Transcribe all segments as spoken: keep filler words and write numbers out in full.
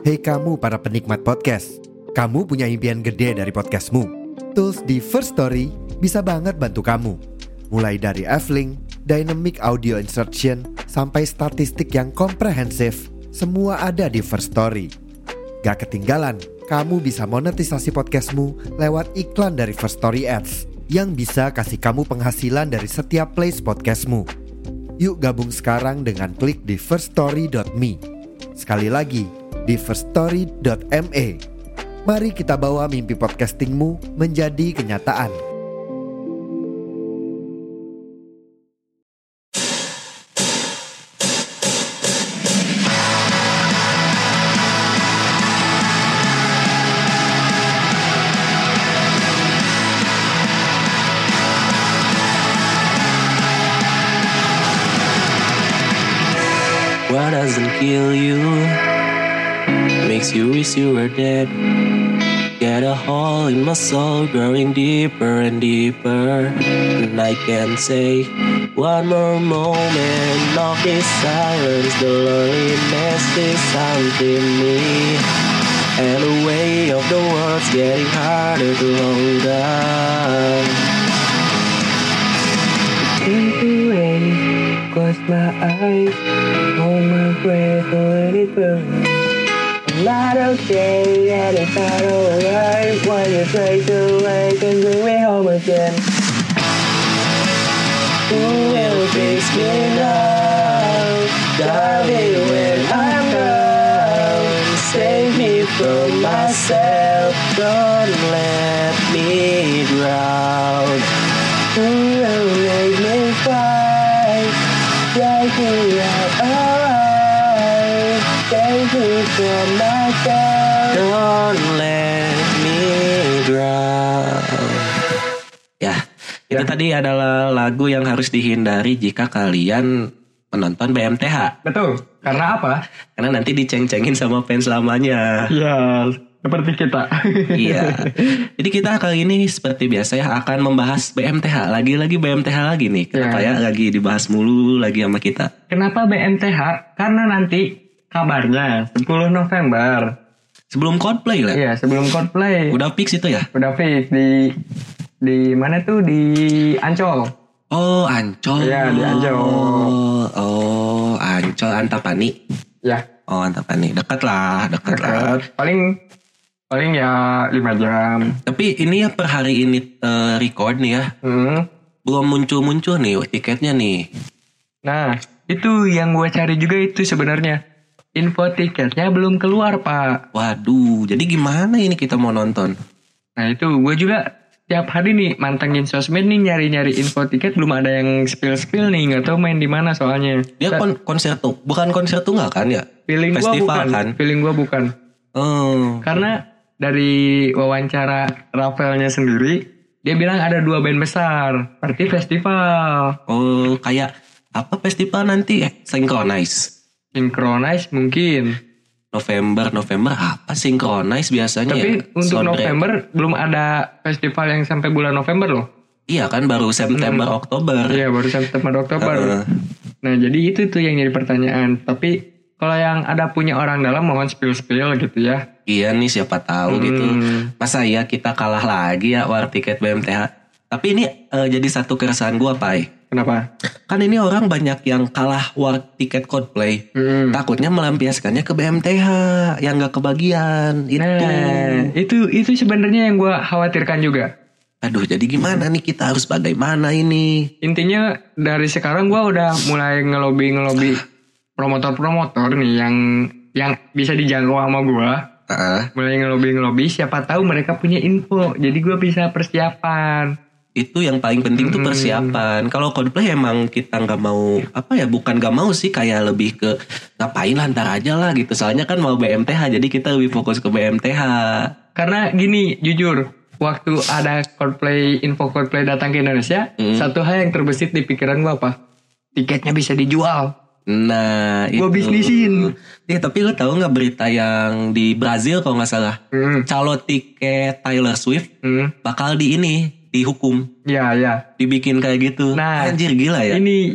Hei kamu para penikmat podcast, kamu punya impian gede dari podcastmu. Tools di First Story bisa banget bantu kamu. Mulai dari F-Link, Dynamic Audio Insertion, sampai statistik yang komprehensif, semua ada di First Story. Gak ketinggalan, kamu bisa monetisasi podcastmu lewat iklan dari First Story Ads yang bisa kasih kamu penghasilan dari setiap plays podcastmu. Yuk gabung sekarang dengan klik di first story dot me. Sekali lagi, di first story dot me. Mari kita bawa mimpi podcastingmu menjadi kenyataan. What doesn't kill you makes you wish you were dead. Get a hole in my soul growing deeper and deeper, and I can say one more moment of this silence. The loneliness is haunting me, and the weight of the world's getting harder to hold on. Into rain, close my eyes, hold my breath, let it burn. I'm not okay, and it's not alright. When you try to wake and bring me home again. Who will fix me now, darling, when I'm gone? Save me from myself, don't let me drown. Who will make me fight? Take me out alive. Take me from myself. Don't let me drown. Ya, itu Ya. tadi adalah lagu yang harus dihindari jika kalian menonton B M T H. Betul. Karena apa? Karena nanti diceng-cengin sama fans lamanya. Ya, seperti kita. Iya. Jadi kita kali ini seperti biasa ya akan membahas B M T H. Lagi-lagi B M T H lagi nih. Kenapa Ya. ya lagi dibahas mulu lagi sama kita? Kenapa B M T H? Karena nanti kabarnya sepuluh November. Sebelum Coldplay lah. Iya, sebelum Coldplay. Udah fix itu ya? Udah fix di di mana tuh, di Ancol. Oh, Ancol. Iya, di Ancol. Oh, Ancol Antapani. Ya, Oh, Antapani. Dekat lah, dekat lah. dekat. Paling paling ya lima jam. Tapi ini ya per hari ini eh, record nih ya. Hmm. Belum muncul-muncul nih tiketnya nih. Nah, itu yang gue cari juga itu sebenarnya. Info tiketnya belum keluar, Pak. Waduh, jadi gimana ini kita mau nonton? Nah, itu gue juga tiap hari nih mantengin sosmed nih, nyari-nyari info tiket, belum ada yang spill-spill nih, nggak tahu main di mana soalnya. Dia Sa- kon- konser tuh, bukan konser tunggal kan ya? feeling gue festival bukan, kan? feeling gue bukan. Oh, Karena dari wawancara Rafaelnya sendiri, dia bilang ada dua band besar, berarti festival. oh kayak apa festival nanti? Eh, Synchronize. Synchronize mungkin. November, November apa Synchronize biasanya Tapi ya? untuk Soundtrack. November belum ada festival yang sampai bulan November loh. Iya kan baru September, Hmm. Oktober. Iya, baru September Oktober. Heeh. Nah, jadi itu tuh yang jadi pertanyaan. Tapi kalau yang ada punya orang dalam mohon spill-spill gitu ya. Iya nih siapa tahu Hmm. gitu. Masa ya kita kalah lagi ya war tiket B M T H. Tapi ini eh, jadi satu keresahan gua, Pai. Kenapa? Kan ini orang banyak yang kalah war tiket Coldplay. Hmm. Takutnya melampiaskannya ke B M T H yang gak kebagian. Itu. Nah, itu itu sebenarnya yang gue khawatirkan juga. Aduh, jadi gimana nih kita harus bagaimana ini? Intinya dari sekarang gue udah mulai ngelobi-ngelobi promotor-promotor nih yang yang bisa dijangkau sama gue. Heeh. Mulai ngelobi-ngelobi, siapa tahu mereka punya info. Jadi gue bisa persiapan. Itu yang paling penting tuh Mm-mm. persiapan. Kalau Coldplay emang kita nggak mau apa ya, bukan nggak mau sih, kayak lebih ke ngapain lah ntar aja lah gitu. Soalnya kan mau B M T H, jadi kita lebih fokus ke B M T H. Karena gini, jujur, waktu ada Coldplay, info Coldplay datang ke Indonesia, Mm. satu hal yang terbesit di pikiran gue apa? Tiketnya bisa dijual. Nah, Gua itu. bisnisin. Ya, tapi lo tahu nggak berita yang di Brazil kalau nggak salah, Hmm. calo tiket Taylor Swift Hmm. bakal di ini dihukum, Ya, ya. dibikin kayak gitu. Nah, Anjir gila ya. Ini yang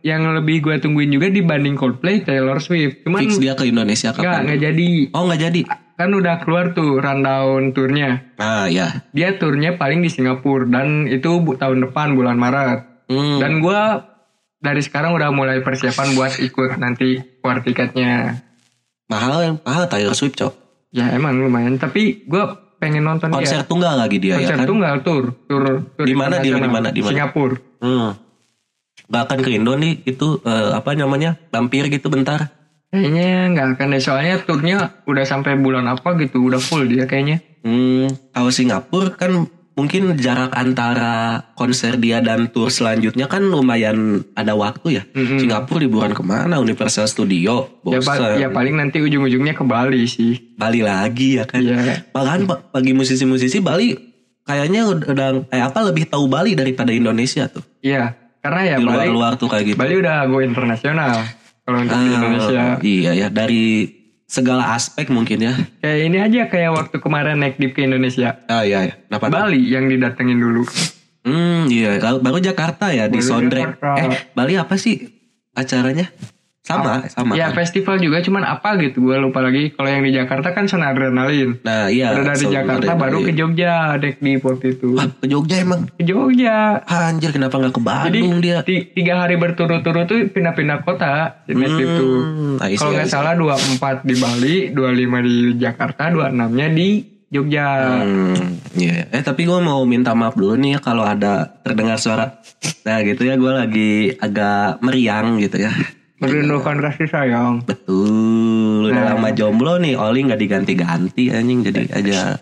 yang lebih gue tungguin juga dibanding Coldplay, Taylor Swift. Cuman Fix dia ke Indonesia nggak kapan? nggak jadi. Oh nggak jadi. Kan udah keluar tuh rundown turnya. Ah ya. Dia turnya paling di Singapura dan itu bu, tahun depan bulan Maret. Hmm. Dan gue dari sekarang udah mulai persiapan buat ikut nanti keluar tiketnya. Mahal mahal Taylor Swift cok. Ya emang lumayan. Tapi gue pengen nonton konser dia. tunggal lagi dia konser ya kan? tunggal tur tur tur Di mana dia di mana di mana? Singapura. Hmm. Gak akan ke Indo nih itu uh, apa namanya mampir gitu bentar. Kayaknya nggak akan deh soalnya turnya udah sampai bulan apa gitu udah full dia kayaknya. Hmm. Kalau Singapura kan mungkin jarak antara konser dia dan tour selanjutnya kan lumayan ada waktu ya. Mm-hmm. Singapura liburan kemana? Universal Studio. Ya, pa- ya paling nanti ujung-ujungnya ke Bali sih. Bali lagi ya kan. Yeah. Malahan bagi musisi-musisi Bali kayaknya udah eh apa lebih tahu Bali daripada Indonesia tuh. Iya, karena ya di Bali luar-luar tuh kayak gitu. Bali udah go internasional kalau untuk ah, di Indonesia. Iya ya, dari segala aspek mungkin ya. Kayak ini aja kayak waktu kemarin naik dip ke Indonesia. Ah iya ya. Kenapa Bali tuh? Yang didatengin dulu. Hmm iya, baru Jakarta ya. Baru di Soundtrack. Eh Bali apa sih acaranya? Sama, sama. Ya kan? Festival juga cuman apa gitu gue lupa lagi. Kalau yang di Jakarta kan Sound Adrenalin. Nah iya. Udah dari Jakarta baru ke Jogja dek di waktu itu. Wah, ke Jogja emang? Ke Jogja. Anjir kenapa gak ke Bandung. Jadi, dia? Jadi tiga hari berturut-turut tuh pindah-pindah kota. Hmm, itu. Kalau gak salah dua puluh empat di Bali, dua puluh lima di Jakarta, dua puluh enam-nya di Jogja. Hmm, yeah. Eh tapi gue mau minta maaf dulu nih ya kalau ada terdengar suara. Nah gitu ya, gue lagi agak meriang gitu ya. Merindukan kasih sayang. Betul. Udah nah. lama jomblo nih. Oli gak diganti-ganti anjing. Jadi aja.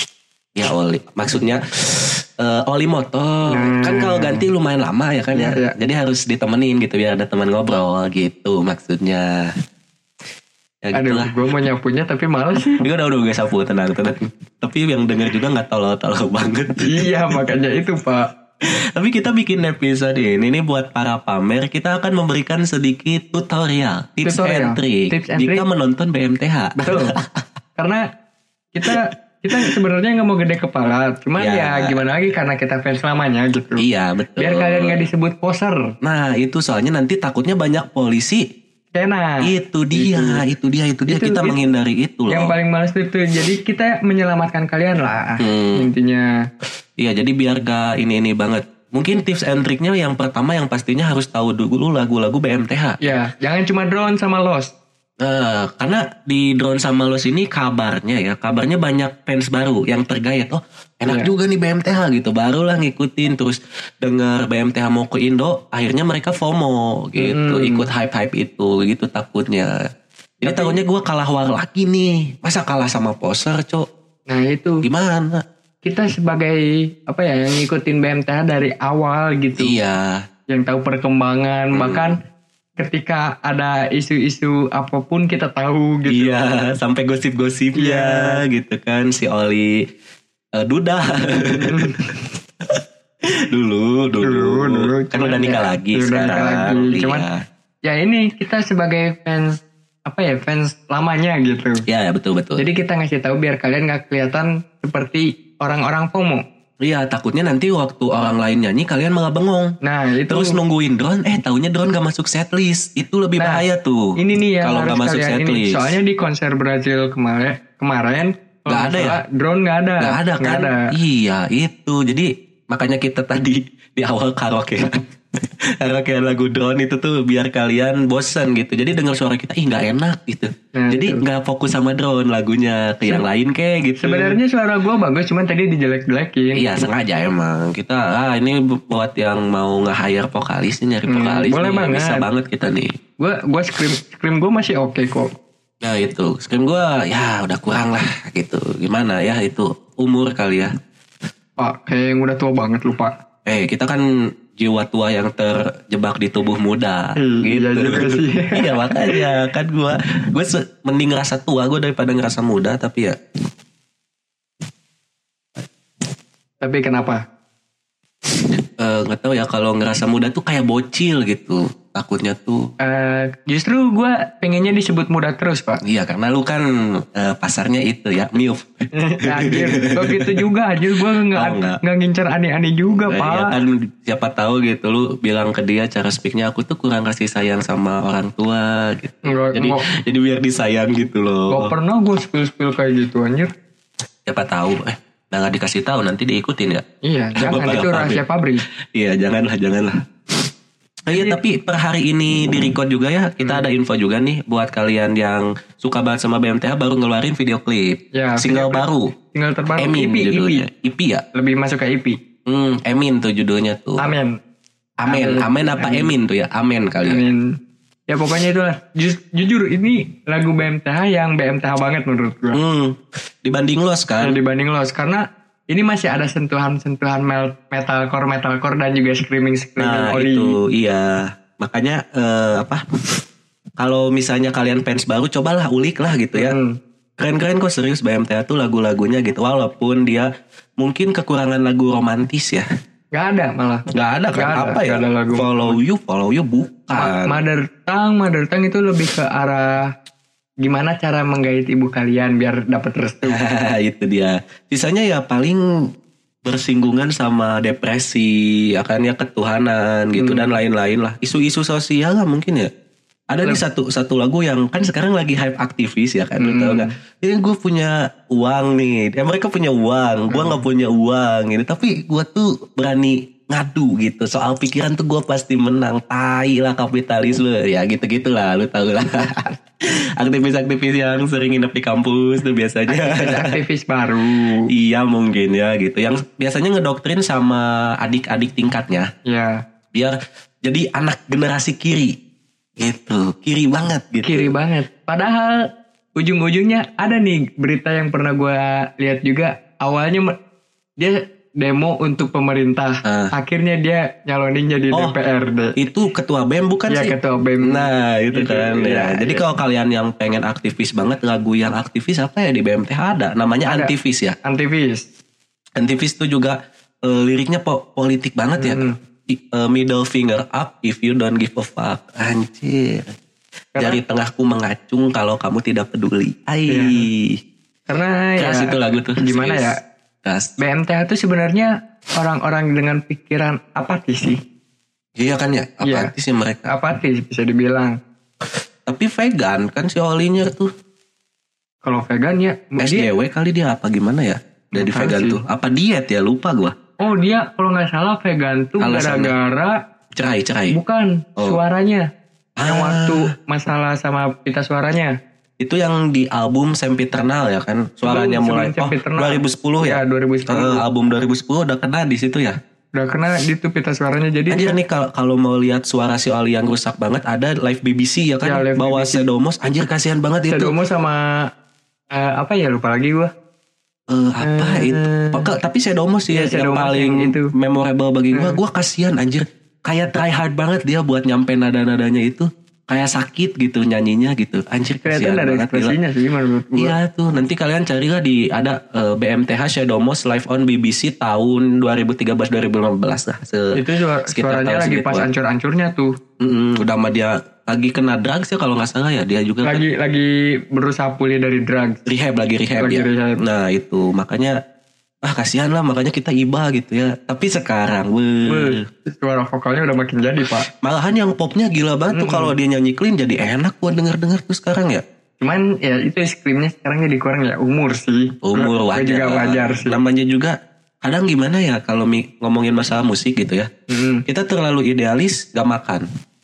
Ya Oli. Maksudnya uh, Oli motor. Nah. Kan kalau ganti lumayan lama ya kan ya, ya. Jadi harus ditemenin gitu. Biar ada teman ngobrol gitu maksudnya. Ya, aduh gue mau nyapunya tapi males sih. Ini udah udah gue sapu tenang tenang. Tapi yang denger juga gak tolol-tolol banget. Iya makanya itu pak. Tapi kita bikin episode ini nih buat para pamer. Kita akan memberikan sedikit tutorial, tips tutorial. and trick tips and jika trick. menonton B M T H. Betul. Karena kita kita sebenarnya nggak mau gede kepala, cuman ya. ya gimana lagi karena kita fans lamanya gitu. Iya betul. Biar kalian nggak disebut poser. Nah itu soalnya nanti takutnya banyak polisi. Kena. Itu dia, itu, itu dia, itu dia itu, kita itu, menghindari itu loh. Yang paling males itu, jadi kita menyelamatkan kalian lah hmm. intinya. Iya, jadi biar gak ini-ini banget. Mungkin tips and triknya yang pertama yang pastinya harus tahu dulu lagu-lagu B M T H. Ya, jangan cuma drone sama Lost. Uh, karena di drone sama Lost ini kabarnya ya, kabarnya banyak fans baru yang tergayat. Oh, enak ya. juga nih B M T H gitu. Barulah ngikutin terus dengar B M T H mau ke Indo, akhirnya mereka FOMO gitu, hmm. ikut hype-hype itu gitu takutnya. Jadi Tapi, takutnya gue kalah war lagi nih. Masa kalah sama poser, Cok? Nah, itu. Gimana? Kita sebagai apa ya yang ngikutin B M T H dari awal gitu. Iya. Yang tahu perkembangan hmm. bahkan ketika ada isu-isu apapun kita tahu gitu. Iya, sampai gosip-gosipnya yeah. gitu kan si Oli uh, Duda. dulu, dulu, dulu, dulu. Kan udah nikah ya, lagi sekarang. Nikah lagi. Iya. Cuman ya ini kita sebagai fans apa ya fans lamanya gitu. Iya, ya, betul betul. Jadi kita ngasih tahu biar kalian nggak kelihatan seperti orang-orang FOMO. Iya, takutnya nanti waktu orang lain nyanyi kalian malah bengong. Nah, itu terus nungguin drone, eh taunya drone gak masuk setlist. Itu lebih nah, bahaya tuh. Ini nih yang kalau gak masuk setlist. Soalnya di konser Brazil kemarin kemarin gak ada ya? Drone gak ada. Gak ada kan? Gak ada. Iya, itu. Jadi makanya kita tadi di awal karaoke. Karaokean lagu drone itu tuh biar kalian bosan gitu. Jadi dengar suara kita ih nggak enak gitu. Nah, jadi nggak fokus sama drone lagunya ke yang lain kayak gitu. Sebenarnya suara gue bagus, cuman tadi dijelek-jelekin. Iya sengaja emang. Kita ah ini buat yang mau nge-hire vokalis nih, nyari vokalis. Hmm, boleh nih, banget. Bisa banget kita nih. Gue gue scream scream gue masih oke okay kok. Nah itu scream gue ya udah kurang lah gitu. Gimana ya itu umur kali ya. Pak kayak yang udah tua banget lu Pak. Eh kita kan jiwa tua yang terjebak di tubuh muda hmm, gitu. Iya juga sih. Iya makanya kan gue gue mending ngerasa tua gue daripada ngerasa muda tapi ya. Tapi kenapa? Nggak uh, tahu ya kalau ngerasa muda tuh kayak bocil gitu. takutnya tuh? Uh, justru gue pengennya disebut muda terus pak. Iya karena lu kan uh, pasarnya itu ya M I L F. Anjir, kok gitu juga anjir gue nggak oh, nggak ngincar aneh-aneh juga nah, pak. Ya kan siapa tahu gitu lu bilang ke dia cara speaknya aku tuh kurang kasih sayang sama orang tua gitu. Nggak, jadi nggak, jadi biar disayang gitu loh. Gak pernah gue spill-spill kayak gitu anjir. Siapa tahu eh nah nggak dikasih tahu nanti diikutin ya. Iya jangan itu rahasia pabrik. Iya janganlah janganlah. Oh iya tapi per hari ini di record juga ya kita hmm. ada info juga nih buat kalian yang suka banget sama B M T H baru ngeluarin video klip ya, single video baru single terbaru Emin I P, judulnya I P. I P ya lebih masuk ke I P. hmm, Emin tuh judulnya tuh Amin Amin Amin, Amin apa Amin. Emin tuh ya Amin kali Amin. Ya pokoknya itulah Ju- jujur ini lagu B M T H yang B M T H banget menurut gue hmm, dibanding Los kan ya, dibanding Los karena ini masih ada sentuhan-sentuhan metalcore, metalcore dan juga screaming-screaming. Nah ori. Itu iya. Makanya uh, apa? Kalau misalnya kalian fans baru, cobalah ulik lah gitu ya. Hmm. Keren-keren kok serius B M T H tuh lagu-lagunya gitu. Walaupun dia mungkin kekurangan lagu romantis ya. Gak ada malah. Gak ada kan? Gak ada, apa ya? Ada lagu follow you, follow you bukan. Ma- Mother Tongue, Mother Tongue itu lebih ke arah gimana cara menggait ibu kalian biar dapat restu. Itu dia. Sisanya ya paling bersinggungan sama depresi, akan ya ketuhanan gitu hmm. dan lain-lain lah. Isu-isu sosial lah mungkin ya. Ada nih satu satu lagu yang kan sekarang lagi hype aktivis ya kan, hmm. lu tahu nggak? Ini gue punya uang nih, ya mereka punya uang, gue nggak hmm. punya uang gitu. Tapi gue tuh berani ngadu gitu soal pikiran tuh gue pasti menang, tai lah kapitalisme ya gitu gitulah, lu tahu lah. Aktivis-aktivis yang sering nginep di kampus tuh biasanya aktivis baru. Iya mungkin ya gitu, yang biasanya ngedoktrin sama adik-adik tingkatnya. Iya. Biar jadi anak generasi kiri gitu, kiri banget gitu. Kiri banget. Padahal ujung-ujungnya ada nih berita yang pernah gue lihat juga. Awalnya dia demo untuk pemerintah, uh. akhirnya dia nyalonin jadi oh, D P R D. Itu ketua B E M bukan ya, sih? Iya ketua B E M. Nah itu, itu kan ya. ya. Jadi ya. Kalau kalian yang pengen aktivis banget, lagu yang aktivis apa ya di B M T H ada, namanya ada. Antivis ya. Antivis. Antivis itu juga uh, liriknya po- politik banget hmm. ya. Uh, middle finger up if you don't give a fuck. Anjir. Karena, jari tengahku mengacung kalau kamu tidak peduli. Ai. Ya. Karena keras ya itu lagu tuh. Gimana ya? B M T H itu sebenarnya orang-orang dengan pikiran apatis sih. Iya kan ya, apatis ya, sih mereka. Apatis bisa dibilang. Tapi vegan kan si Olinya tuh. Kalau vegan ya S J W dia, kali dia apa gimana ya? Dari vegan sih. Tuh. Apa diet ya, lupa gua. Oh dia kalau gak salah vegan tuh alasannya gara-gara cerai-cerai. Bukan, oh. suaranya. Ah. Yang waktu masalah sama pita suaranya. Itu yang di album Sempiternal ya kan, suaranya mulai oh dua ribu sepuluh ya, ya dua ribu sepuluh. Uh, album dua ribu sepuluh udah kena di situ ya, udah kena di itu pita suaranya. Jadi anjir nih kalau kalau mau lihat suara si Oli yang rusak banget ada live B B C ya kan, ya, bawa B B C. Sedomos, anjir kasihan banget itu. Sedomos sama uh, apa ya lupa lagi gua. Uh, apa uh, itu? Pokok, tapi Sedomos sih ya, yang paling itu memorable bagi gua. Uh. Gua kasihan anjir, kayak try hard banget dia buat nyampe nada-nadanya itu. Kayak sakit gitu nyanyinya gitu. Anjir kasihan banget. Ekspresinya sih menurut gue. Iya tuh nanti kalian carilah di ada uh, B M T H Sedomos live on B B C tahun dua ribu tiga belas dua ribu lima belas lah. Se- itu suara, suaranya lagi pas ancur-ancurnya tuh. Mm-mm, udah mah dia lagi kena drugs ya kalau gak salah ya. Dia juga lagi kan, lagi berusaha pulih dari drugs. Rehab lagi rehab lagi ya. Rehab. Nah itu makanya ah kasihan lah makanya kita iba gitu ya. Tapi sekarang weh, suara vokalnya udah makin jadi pak. Malahan yang popnya gila banget mm-hmm. tuh kalau dia nyanyi clean jadi enak buat denger-denger tuh sekarang ya. Cuman ya itu screamnya sekarang jadi kurang ya, umur sih. Umur wajar. Juga wajar sih. Namanya juga kadang gimana ya kalau mi- ngomongin masalah musik gitu ya. Mm. Kita terlalu idealis gak makan.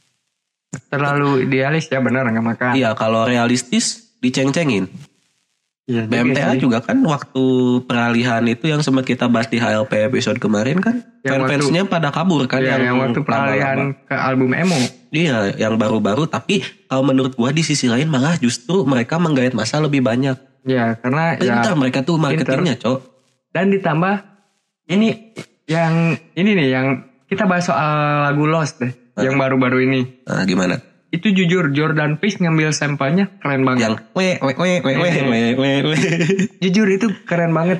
Terlalu idealis ya benar gak makan. Iya kalau realistis diceng-cengin. Ya, B M T H juga kan waktu peralihan itu yang sempat kita bahas di H L P episode kemarin kan yang fans-fansnya pada kabur kan ya, yang, yang waktu peralihan lama-lama. Ke album emo. Iya yang baru-baru tapi kalau menurut gua di sisi lain malah justru mereka menggait massa lebih banyak. Ya karena pintar ya, mereka tuh marketingnya cok. Dan ditambah ini yang ini nih yang kita bahas soal lagu Lost deh nah. Yang baru-baru ini. Nah gimana? Itu jujur Jordan Peace ngambil sampelnya keren banget. Yang we we we we we we we. Jujur itu keren banget.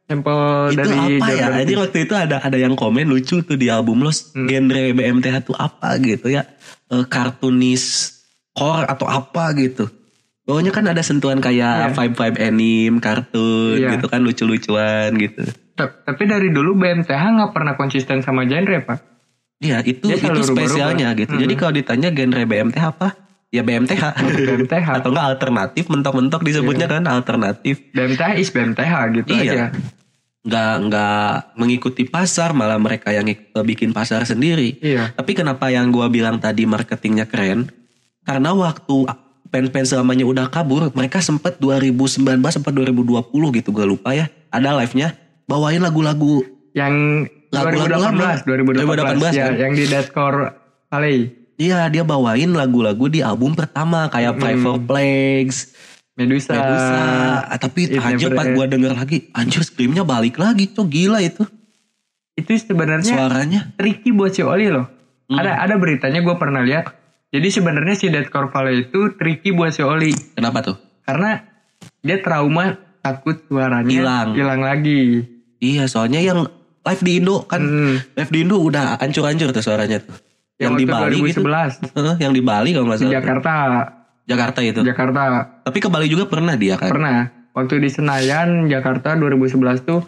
sampel itu dari apa ya? Jordan Jadi waktu itu ada ada yang komen lucu tuh di album lo, hmm. genre B M T H tuh apa gitu ya? E, kartunis core atau apa gitu. Pokoknya kan ada sentuhan kayak yeah. vibe-vibe anime, kartun yeah. gitu kan, lucu-lucuan gitu. Tapi dari dulu B M T H nggak pernah konsisten sama genre, Pak. Iya, itu itu spesialnya gitu. Hmm. Jadi kalau ditanya genre B M T H apa? Ya B M T H. B M T H. Atau enggak alternatif, mentok-mentok disebutnya yeah. kan alternatif. B M T H is B M T H gitu iya. aja. Nggak nggak mengikuti pasar, malah mereka yang bikin pasar sendiri. Iya. Tapi kenapa yang gua bilang tadi marketingnya keren? Karena waktu fans-fans lamanya udah kabur, mereka sempet dua ribu sembilan belas sampai dua ribu dua puluh gitu, gue lupa ya. Ada live-nya bawain lagu-lagu yang lagu-lagu lama dua ribu delapan belas ya, kan? Yang di Deathcore Valley. Iya, dia bawain lagu-lagu di album pertama kayak Five hmm. for Plagues, Medusa. Medusa. Ah, tapi anjir pas gue denger lagi, anjir screamnya balik lagi, tuh gila itu. Itu sebenarnya suaranya tricky buat si Oli loh. Hmm. Ada ada beritanya gue pernah lihat. Jadi sebenarnya si Deathcore Valley itu tricky buat si Oli. Kenapa tuh? Karena dia trauma takut suaranya hilang hilang lagi. Iya, soalnya yang live di Indo kan, hmm. live di Indo udah hancur-hancur tuh suaranya tuh. Yang, yang di Bali dua ribu sebelas gitu. Uh, yang di Bali kalau nggak salah. Di Jakarta. Jakarta itu. Jakarta. Tapi ke Bali juga pernah dia kan? Pernah. Waktu di Senayan, Jakarta dua ribu sebelas tuh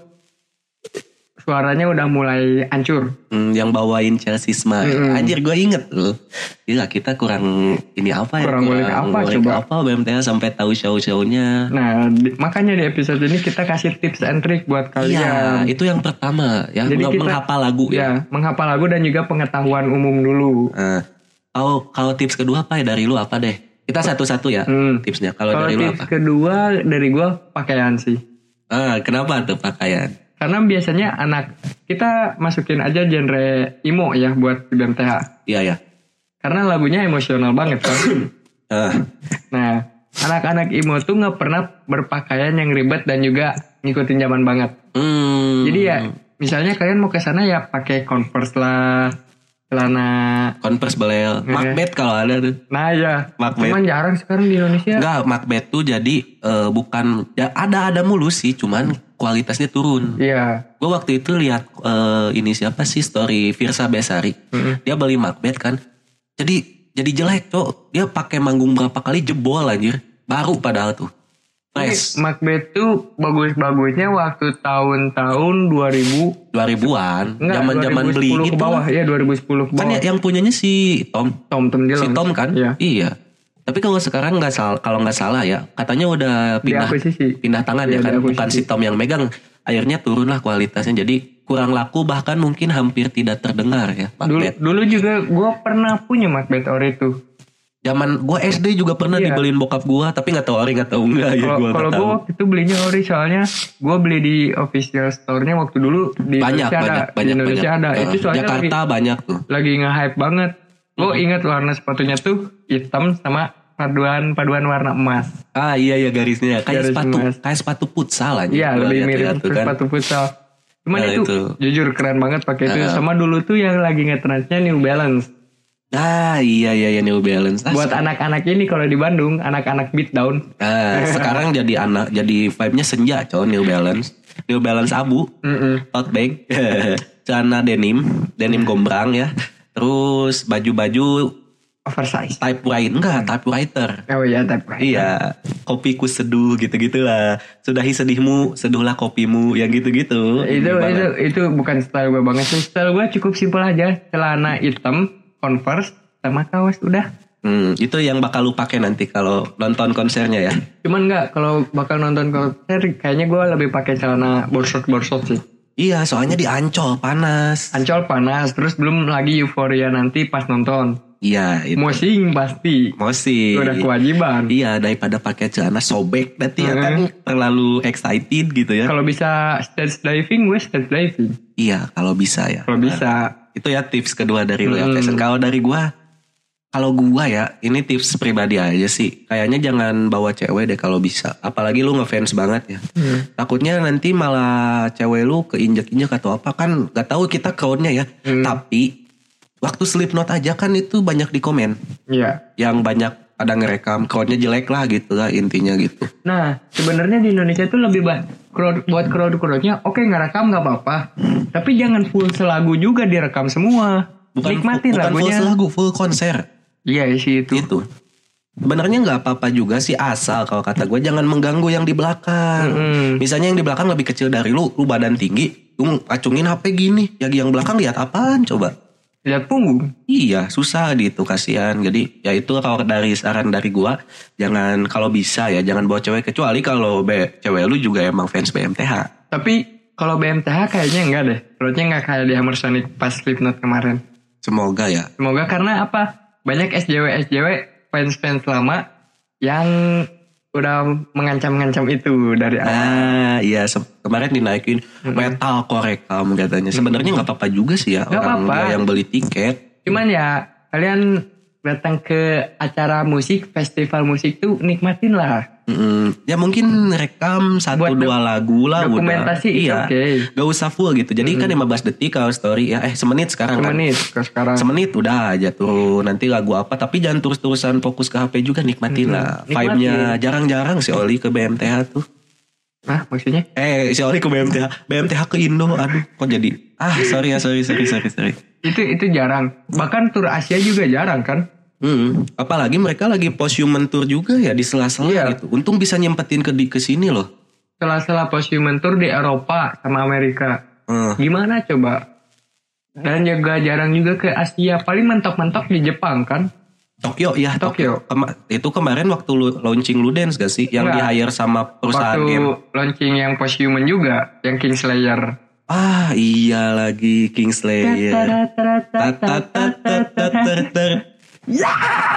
suaranya udah mulai hancur. Hmm, yang bawain Chelsea Smile. Hmm. Anjir gue inget loh. Gila kita kurang ini apa ya? Kurang boleh apa kurang coba. Apa B M T H sampai tahu show-shownya. Nah di, makanya di episode ini kita kasih tips and trick buat kalian. Iya itu yang pertama ya. Jadi kita, menghafal lagu ya. Ya menghafal lagu dan juga pengetahuan umum dulu. Nah, kalau, kalau tips kedua apa ya dari lu apa deh? Kita satu-satu ya hmm. tipsnya. Kalau dari lu apa? Tips kedua dari gue pakaian sih. Ah, kenapa tuh pakaian? Karena biasanya anak kita masukin aja genre emo ya buat B M T H. Iya ya. Karena lagunya emosional banget kan. uh. Nah, anak-anak emo tuh nggak pernah berpakaian yang ribet dan juga ngikutin zaman banget. Hmm. Jadi ya, misalnya kalian mau ke sana ya pakai Converse lah, celana Converse belel. Eh. Macbeth kalau ada tuh. Nah ya. Macbeth. Cuman jarang sekarang di Indonesia. Enggak, Macbeth tuh jadi uh, bukan ya ada ada mulus sih, cuman kualitasnya turun. Iya. Gue waktu itu lihat uh, ini siapa sih story Virsa Besari. Mm-hmm. Dia beli Macbeth kan. Jadi jadi jelek, Cok. Dia pakai manggung berapa kali jebol anjir. Baru padahal tuh. Fresh. Macbeth tuh bagus-bagusnya waktu tahun-tahun dua ribu dua ribuan. Zaman-zaman beli itu. Ke bawah. Iya, dua ribu sepuluh ke bawah. Kan yang punyanya si Tom. Tom Tom Dillon. Si Tom kan? Iya. Iya. Tapi kalau sekarang nggak salah, kalau nggak salah ya, katanya udah pindah pindah tangan ya, ya kan, bukan si Tom yang megang. Akhirnya turunlah kualitasnya, jadi kurang laku bahkan mungkin hampir tidak terdengar ya. Macbeth. Dulu, dulu juga gue pernah punya Macbeth ori itu. Zaman gue S D juga pernah iya. dibeliin bokap gue, tapi nggak tahu ori nggak tahu enggak ya. Kalau gue waktu itu belinya ori soalnya gue beli di official store-nya waktu dulu di banyak, Indonesia banyak, ada. Banyak, di Indonesia banyak. ada. Uh, itu soalnya Jakarta lagi, banyak tuh. Lagi nge-hype banget. Gue hmm. ingat warna sepatunya tuh hitam sama paduan paduan warna emas. Ah iya ya garisnya kayak Garis sepatu emas. Kayak sepatu futsal aja. Iya lebih mirip kan. Sepatu futsal. Cuman nah, itu, itu jujur keren banget pakai uh, itu. Sama dulu tuh yang lagi ngetrendsnya New Balance. Ah iya iya ya New Balance. Ah, buat sekarang. Anak-anak ini kalau di Bandung anak-anak beatdown. Ah sekarang jadi anak jadi vibe-nya senja cow New Balance. New Balance abu. Tote bag. Celana denim, denim gombrang ya. Terus baju-baju oversize. Typewriter enggak, typewriter. Oh iya, typewriter. Iya, kopiku seduh gitu-gitulah. Sudahi sedihmu, seduhlah kopimu, yang gitu-gitu. Itu Gimana? itu itu bukan style gue banget. Style gue cukup simpel aja, celana hitam, Converse sama kaos udah. Hmm, itu yang bakal lu pakai nanti kalau nonton konsernya ya. Cuman enggak, kalau bakal nonton konser kayaknya gue lebih pakai celana borsot-borsot sih. Iya, soalnya di Ancol panas. Ancol panas, terus belum lagi euforia nanti pas nonton. Iya itu. Mosing pasti. Mosing. Udah kewajiban. Iya daripada pakai celana sobek nanti ya kan terlalu excited gitu ya. Kalau bisa stage diving gue stage diving. Iya kalau bisa ya. Kalau bisa. Itu ya tips kedua dari lu ya fashion. Kalau dari gue, kalau gue ya ini tips pribadi aja sih. Kayaknya jangan bawa cewek deh kalau bisa. Apalagi lu ngefans banget ya. Hmm. Takutnya nanti malah cewek lu keinjek-injek atau apa kan. Gak tahu kita crowdnya ya. Hmm. Tapi waktu Slipknot aja kan itu banyak di komen. Iya. Yang banyak ada ngerekam crowdnya jelek lah gitu lah intinya gitu. Nah sebenarnya di Indonesia itu lebih ba- crowd, buat crowd-crowdnya oke okay, ngerekam nggak apa-apa. Tapi jangan full selagu juga direkam semua. Bukan, nikmatin bukan lagunya. Full selagu, full konser. Iya sih itu. Itu. Sebenarnya nggak apa-apa juga sih, asal kalau kata gue jangan mengganggu yang di belakang. Mm-hmm. Misalnya yang di belakang lebih kecil dari lu, lu badan tinggi, lu acungin H P gini, yang yang belakang lihat apaan coba? Lihat punggung. Iya, susah gitu, kasihan. Jadi ya itu kalau dari saran dari gue, jangan kalau bisa ya jangan bawa cewek, kecuali kalau be, cewek lu juga emang fans B M T H. Tapi kalau B M T H kayaknya enggak deh. Roadnya enggak kayak di Hammer Sonic pas Slipknot kemarin. Semoga ya. Semoga, karena apa? Banyak S J W S J W fans-fans lama yang udah mengancam-ngancam itu dari awal. Ah iya, se- kemarin dinaikin mm-hmm. metal korekam katanya. Sebenarnya nggak apa-apa juga sih ya, gak orang apa-apa. yang beli tiket. Cuman ya kalian datang ke acara musik, festival musik tuh nikmatin lah. Mm-hmm. Ya mungkin rekam satu buat dua do- lagu lah dokumentasi udah. Iya, okay. Gak usah full gitu. Jadi mm-hmm. kan lima belas detik kalau story ya. Eh semenit sekarang semenit, kan. Sekarang. Semenit udah aja tuh. Nanti lagu apa. Tapi jangan terus-terusan fokus ke H P juga, nikmatin mm-hmm. lah. Vibe-nya jarang-jarang si Oli ke B M T H tuh. Hah maksudnya? Eh si Oli ke B M T H. B M T H ke Indo. Aduh kok jadi. Ah sorry ya sorry sorry sorry sorry. Itu itu jarang. Bahkan tur Asia juga jarang kan. Hmm, apalagi mereka lagi post human tour juga ya di sela-sela iya. gitu. Untung bisa nyempetin ke di ke sini loh. Sela-sela post human tour di Eropa sama Amerika. Hmm. Gimana coba? Dan juga jarang juga ke Asia. Paling mentok-mentok di Jepang kan? Tokyo ya. Tokyo. Kema- itu kemarin waktu lu launching Ludens gak sih? Yang di hire sama perusahaan waktu game. Waktu launching yang post human juga, yang Kingslayer. Ah iya lagi Kingslayer. Ya,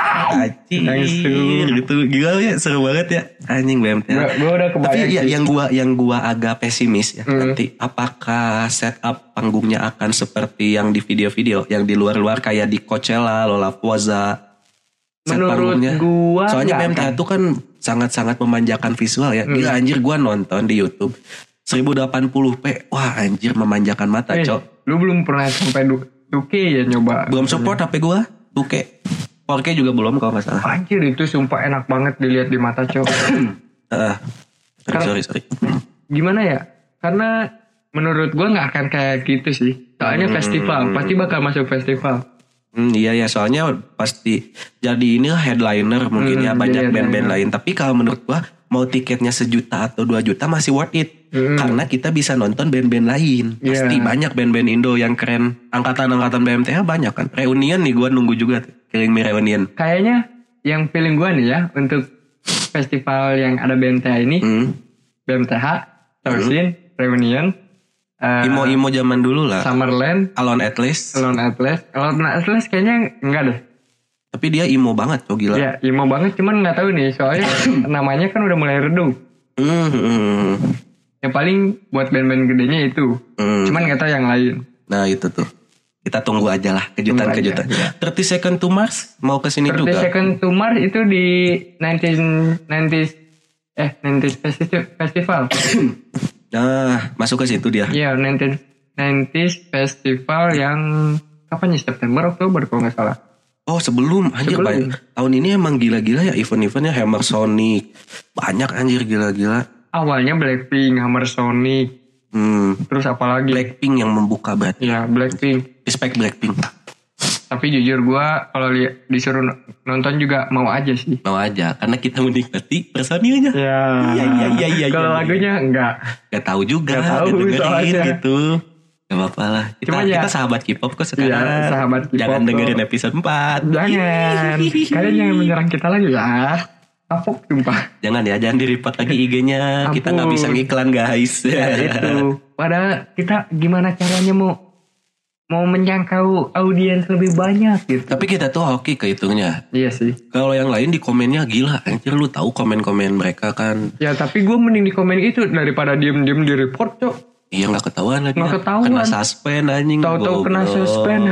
anjir gitu gila ya, seru banget ya anjing B M T H. Gua, gua udah kebayang. Tapi ya, yang gua yang gua agak pesimis ya, hmm. nanti apakah setup panggungnya akan seperti yang di video-video yang di luar-luar kayak di Coachella, Lollapalooza. Menurut gua soalnya B M T H itu kan sangat-sangat memanjakan visual ya. Gila hmm. anjir, gua nonton di YouTube seribu delapan puluh p. Wah anjir memanjakan mata, eh, Cok. Lu belum pernah sampai two K ya nyoba? Belum support H P gua two K. four K juga belum kalau nggak salah. Anjir itu sumpah enak banget dilihat di mata, Cok. uh, sorry, sorry, sorry. Gimana ya? Karena menurut gue nggak akan kayak gitu sih. Soalnya hmm. festival, pasti bakal masuk festival. Hmm, iya ya, soalnya pasti jadi ini headliner mungkin hmm, ya banyak iya, band-band iya. lain. Tapi kalau menurut gue mau tiketnya sejuta atau dua juta masih worth it. Hmm. Karena kita bisa nonton band-band lain. Yeah. Pasti banyak band-band Indo yang keren. Angkatan-angkatan B M T H banyak kan. Reunion nih gue nunggu juga tuh. Killing Me Reunion. Kayaknya yang feeling gue nih ya untuk festival yang ada B M T H ini. Hmm. B M T H, Thirteen, hmm. Reunion. Uh, Imo-imo zaman dulu lah. Summerland. Alone Atlas. Alone Atlas. Alone Atlas kayaknya enggak deh. Tapi dia emo banget, oh gila. Iya, emo banget, cuman nggak tahu nih, soalnya namanya kan udah mulai redup. Mm-hmm. Yang paling buat band-band gedenya itu, mm. cuman nggak tahu yang lain. Nah itu tuh, kita tunggu aja lah kejutan-kejutan. Ya. thirty Second to Mars mau kesini juga. thirty Second to Mars itu di nineteen nineties eh nineties Festival. Nah, masuk ke situ dia. Iya, nineteen nineties Festival yang kapan ya, September Oktober kalau nggak salah. Oh sebelum anjir sebelum. Banyak. Tahun ini emang gila-gila ya event-eventnya. Hammer Sonic banyak anjir gila-gila. Awalnya Blackpink, Hammer Sonic, hmm. terus apa lagi? Blackpink yang membuka berarti. Ya Blackpink. Respect Blackpink. Tapi jujur gue kalau li- disuruh nonton juga mau aja sih. Mau aja karena kita menikmati personilnya. Ya. Iya iya iya iya. Kalau ya, lagunya ya. enggak. Gak tahu juga. Gak tahu dengerin gitu. Gak apa-apa lah. Kita, Cuma kita ya, sahabat K-pop kok sekarang. Ya, sahabat K-pop. Jangan dengerin episode empat. Jangan. Kalian jangan menyerang kita lagi ya. Kapok sumpah. Jangan ya, jangan di-report lagi I G-nya. Kita gak bisa ngiklan guys. Ya itu. Padahal kita gimana caranya mau mau menjangkau audiens lebih banyak gitu. Tapi kita tuh hoki kehitungnya. Iya sih. Kalau yang lain di komennya gila. Anjir lu tahu komen-komen mereka kan. Ya tapi gue mending di komen itu daripada diem-diem di report, Cok. Iya gak ketahuan lagi. Gak ketahuan. Kena suspend anjing. Tahu-tahu kena suspend.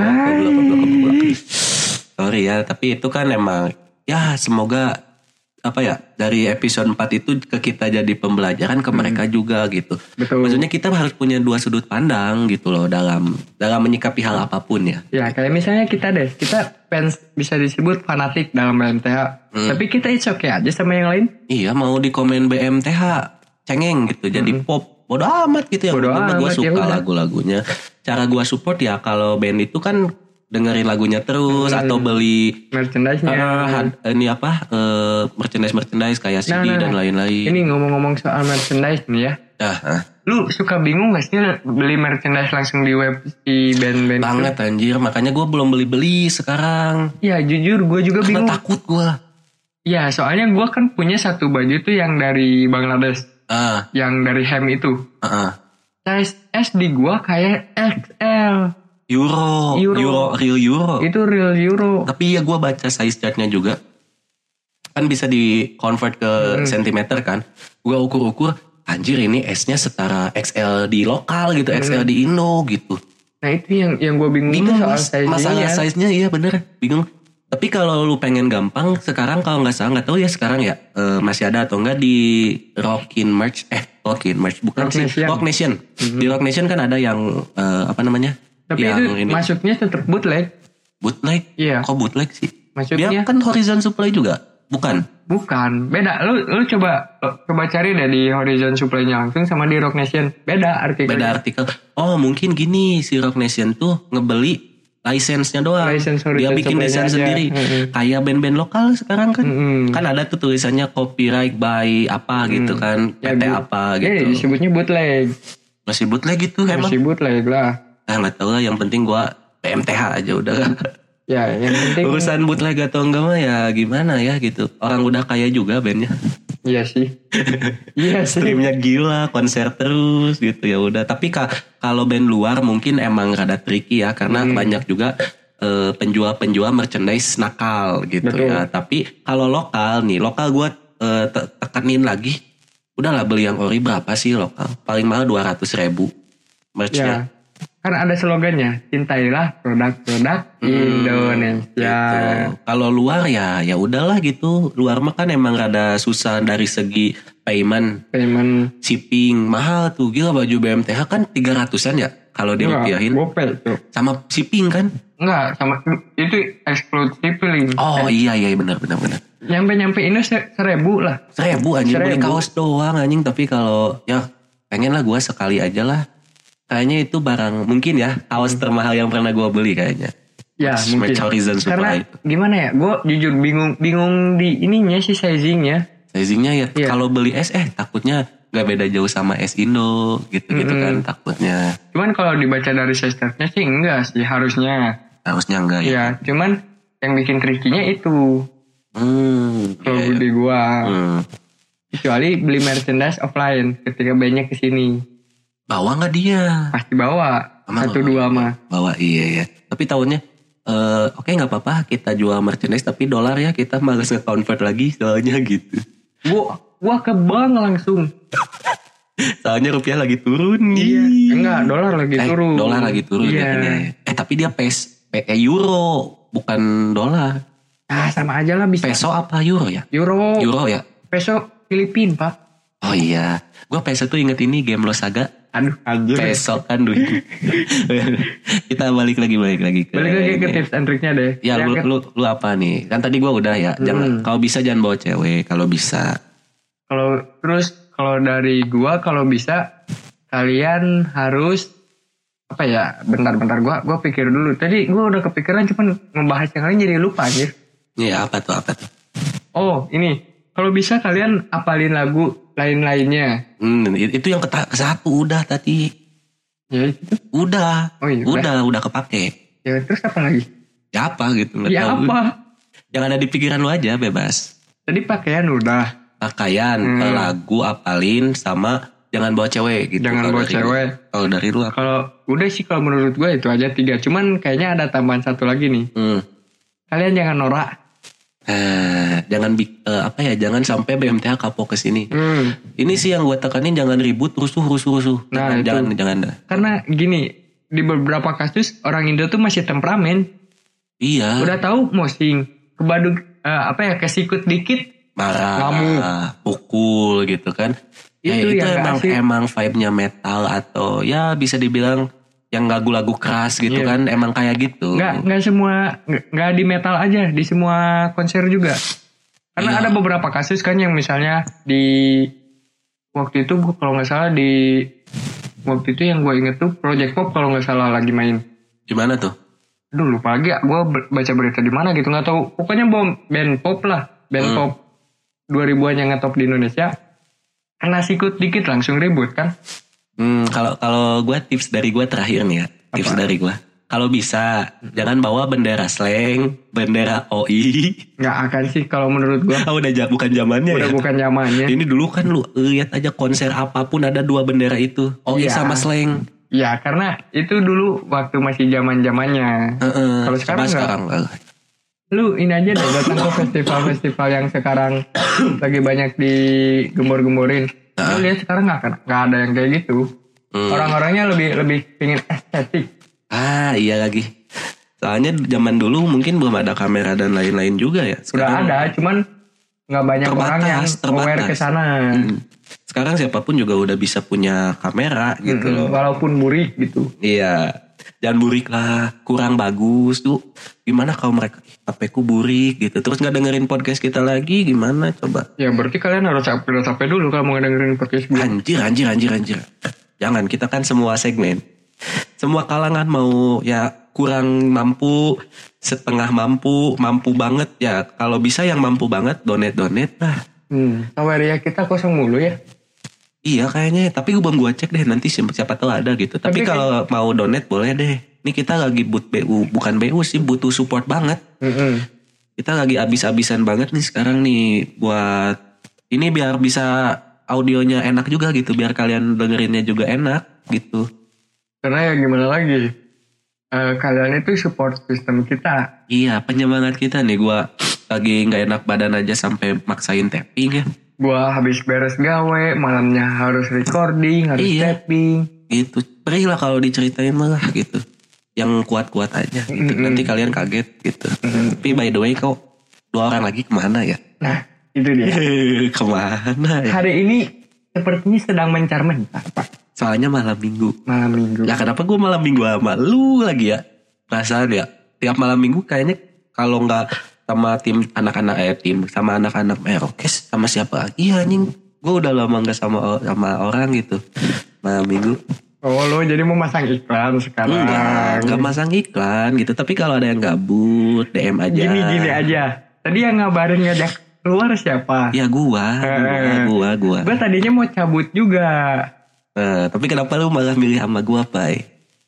Sorry ya, tapi itu kan emang ya semoga apa ya dari episode empat itu ke kita jadi pembelajaran ke hmm. mereka juga gitu. Betul. Maksudnya kita harus punya dua sudut pandang gitu loh dalam dalam menyikapi hal apapun ya. Ya kayak misalnya kita deh, kita fans bisa disebut fanatik dalam B M T H. Hmm. Tapi kita it's okay aja sama yang lain. Iya mau di komen B M T H cengeng gitu jadi hmm. pop. bodo amat gitu ya. Bodo amat, gue suka ya lagu-lagunya. Cara gue support ya kalau band itu kan dengerin lagunya terus hmm. atau beli merchandise-nya. Uh, ini apa? Uh, merchandise-merchandise kayak C D nah, dan lain-lain. Ini ngomong-ngomong soal merchandise nih ya. Uh, uh. Lu suka bingung gak sih beli merchandise langsung di web di band-band? Banget itu? Anjir, makanya gue belum beli-beli sekarang. Ya jujur gue juga Karena bingung. takut gue. Ya soalnya gue kan punya satu baju tuh yang dari Bangladesh. Uh. Yang dari Hem itu. Uh-uh. Size S di gue kayak X L. Euro, Euro, Euro, real Euro. Itu real Euro. Tapi ya gue baca size chartnya juga. Kan bisa di convert ke hmm. sentimeter kan. Gue ukur-ukur, anjir ini S-nya setara X L di lokal gitu, hmm. X L di Indo gitu. Nah itu yang yang gue bingung, bingung soal mas, size-nya. Masalah size-nya iya bener, bingung. Tapi kalau lu pengen gampang, sekarang kalau nggak salah nggak tahu ya sekarang ya uh, masih ada atau enggak di Rockin Merch, eh Rockin Merch bukan Rock sih, Nation. Rock Nation. Mm-hmm. Di Rock Nation kan ada yang uh, apa namanya? Tapi yang itu ini. masuknya tetap bootleg. Bootleg? Iya. Kok bootleg sih? Maksudnya? Dia kan Horizon Supply juga, bukan? Bukan, beda. Lu lu coba coba cari deh di Horizon Supply-nya langsung sama di Rock Nation. Beda artikel. Beda artikel. Oh mungkin gini, si Rock Nation tuh ngebeli license-nya doang. License dia bikin desain sendiri. Mm-hmm. Kayak band-band lokal sekarang kan. Mm-hmm. Kan ada tuh tulisannya copyright by apa mm-hmm. gitu kan. Ya, P T apa gitu. Ya disebutnya bootleg. Masih bootleg gitu emang. Masih bootleg lah. Ah gak tau lah, yang penting gue P M T H aja udah. Ya yang penting. Urusan bootleg atau enggak mah ya gimana ya gitu. Orang udah kaya juga bandnya. Iya sih. Iya sih. Streamnya gila, konser terus gitu ya udah. Tapi ka- kalau band luar mungkin emang rada tricky ya. Karena hmm. banyak juga uh, penjual-penjual merchandise nakal gitu. Betul. Ya. Tapi kalau lokal nih, lokal gue uh, te- tekanin lagi. Udahlah beli yang ori berapa sih lokal? Paling mahal dua ratus ribu merchnya. Ya. Kan ada slogannya, cintailah produk-produk hmm, Indonesia. Gitu. Kalau luar ya, ya udahlah gitu. Luar mah kan emang rada susah dari segi payment, payment, shipping mahal tuh. Gila baju B M T H kan tiga ratusan ya kalau dirupiahin. Gopay tuh. Sama shipping kan? Enggak, sama itu exclude shipping. Oh eh. iya iya benar benar benar. Nyampe-nyampe ini seribu lah. Seribu anjing beli kaos doang anjing. Tapi kalau ya pengen lah gue sekali aja lah. Kayaknya itu barang mungkin ya kaos termahal yang pernah gue beli kayaknya. Ya Merch, mungkin. Horizon Supply. Karena itu. Gimana ya? Gue jujur bingung bingung di ininya sih sizingnya. Sizingnya ya. Yeah. Kalau beli S eh takutnya gak beda jauh sama S Indo gitu-gitu mm-hmm. kan takutnya. Cuman kalau dibaca dari size chartnya sih enggak sih harusnya. Harusnya enggak ya. Iya. Cuman yang bikin tricky-nya itu. Hmm. Kalau yeah, di gue. Hmm. Kecuali beli merchandise offline ketika bandnya kesini. Bawa gak dia? Pasti bawa. Emang satu bawa, dua mah. Bawa iya ya. Tapi tahunnya uh, oke okay, gak apa-apa kita jual merchandise tapi dolar ya kita malas nge-convert lagi soalnya gitu. Gua, gua ke bank langsung. Soalnya rupiah lagi turun nih. Iya. Enggak, dolar lagi eh, turun. Dolar lagi turun iya. ya. Eh tapi dia pes, P E euro bukan dolar. Ah sama aja lah bisa. Peso apa euro ya? Euro. Euro ya. Peso Filipin pak. Oh iya. Gua peso tuh inget ini game Losaga. Aduh, anjir. Peso kan duit. Kita balik lagi balik lagi ke balik lagi ke tips and triknya deh. Ya lu, lu lu apa nih? Kan tadi gua udah ya. Hmm. Jangan kalau bisa jangan bawa cewek kalau bisa. Kalau terus kalau dari gua kalau bisa kalian harus apa ya? Bentar-bentar gua gua pikir dulu. Tadi gua udah kepikiran cuman ngebahas yang lain jadi lupa anjir. Iya, apa tuh apa tuh? Oh, ini. Kalau bisa kalian apalin lagu lain-lainnya. Hmm, itu yang ke satu udah tadi. Ya itu. Udah. Oh iya. Udah, udah, udah kepake. Ya terus apa lagi? Ya apa gitu. Ya tahu. Apa? Yang ada di pikiran lu aja bebas. Tadi pakaian udah. Pakaian, hmm. lagu apalin sama jangan bawa cewek gitu. Jangan bawa cewek. Kalau dari lu apa? Kalau udah sih kalau menurut gue itu aja tiga. Cuman kayaknya ada tambahan satu lagi nih. Hmm. Kalian jangan norak. Eh, jangan uh, apa ya jangan sampai B M T H kapok ke sini. Hmm. Ini sih yang gue tekanin jangan ribut rusuh rusuh rusuh. Nah, jangan jangan dah. Karena gini di beberapa kasus orang Indo tuh masih temperamen. Iya. Udah tahu mosing kebaduk uh, apa ya kesikut dikit marah, ngamuk, pukul gitu kan. Ya, itu, itu emang asik. Emang vibe-nya metal atau ya bisa dibilang yang lagu-lagu keras gitu yeah. kan emang kayak gitu. Nggak nggak semua nggak di metal aja di semua konser juga. Karena yeah. ada beberapa kasus kan yang misalnya di waktu itu kalau nggak salah di waktu itu yang gue inget tuh Project Pop kalau nggak salah lagi main. Gimana tuh? Aduh lupa lagi ya, gue baca berita di mana gitu nggak tahu. Pokoknya bom band pop lah, band hmm. pop dua ribuan yang ngetop di Indonesia. Kena sikut dikit langsung ribut kan. Hmm, kalau kalau gue tips dari gue terakhir nih ya, tips Apa? dari gue. Kalau bisa, hmm. jangan bawa bendera slang, bendera O I. Nggak akan sih kalau menurut gue. Oh, udah bukan zamannya udah ya? bukan zamannya. Ini dulu kan lu lihat aja konser apapun ada dua bendera itu. O I ya. sama slang. Ya karena itu dulu waktu masih zaman zamannya. Uh-uh, kalau sekarang nggak. Sekarang Lu ini aja deh datang ke festival-festival yang sekarang lagi banyak digembor-gemborin. Uh. Lu lihat sekarang nggak kan? Nggak ada yang kayak gitu. Hmm. Orang-orangnya lebih lebih pingin estetik. Ah iya lagi. Soalnya zaman dulu mungkin belum ada kamera dan lain-lain juga ya. Sekarang sudah ada, cuman nggak banyak terbatas, orang yang aware ke sana. Hmm. Sekarang siapapun juga udah bisa punya kamera gitu hmm, loh. Walaupun burik gitu. Iya. Jangan burik lah, kurang bagus tuh. Gimana kalau mereka H P ku burik gitu, terus nggak dengerin podcast kita lagi, gimana coba? Ya berarti kalian harus upgrade H P dulu kalau mau dengerin podcast gue. Anjir, anjir, anjir, anjir. Jangan, kita kan semua segmen. Semua kalangan mau ya kurang mampu, setengah mampu, mampu banget ya. Kalau bisa yang mampu banget donate-donate lah. Hmm, ya kita kosong mulu ya. Iya kayaknya, tapi gue belum gue cek deh nanti siapa, siapa tahu ada gitu. Tapi, tapi kalau kan mau donate boleh deh. Ini kita lagi but B U, bukan B U sih, butuh support banget. Mm-hmm. Kita lagi abis-abisan banget nih sekarang nih buat ini biar bisa audionya enak juga gitu, biar kalian dengerinnya juga enak gitu. Karena ya gimana lagi, uh, kalian itu support sistem kita. Iya, penyemangat kita nih. Gue lagi nggak enak badan aja sampai maksain tapping ya. Gua habis beres gawe, malamnya harus recording, harus iya, tapping. Gitu. Perih lah kalau diceritain malah gitu. Yang kuat-kuat aja gitu. Mm-hmm. Nanti kalian kaget gitu. Mm-hmm. Tapi by the way kau dua orang lagi kemana ya? Nah itu dia. Kemana ya? Hari ini sepertinya sedang mencar-mencar Pak. Soalnya malam minggu. Malam minggu. Ya kenapa gue malam minggu sama lu lagi ya? Perasaan ya. Tiap malam minggu kayaknya kalau gak sama tim anak-anak eh tim sama anak-anak Merokes sama siapa lagi ya anjing, gue udah lama nggak sama sama orang gitu malam minggu. Oh lo jadi mau masang iklan sekarang? Enggak, nggak masang iklan gitu, tapi kalau ada yang gabut D M aja. Gini gini aja. Tadi yang ngabarin ngajak keluar siapa? Ya gua, gua, gua, gua. Gua tadinya mau cabut juga. Eh, tapi kenapa lu malah milih sama gua, Pai?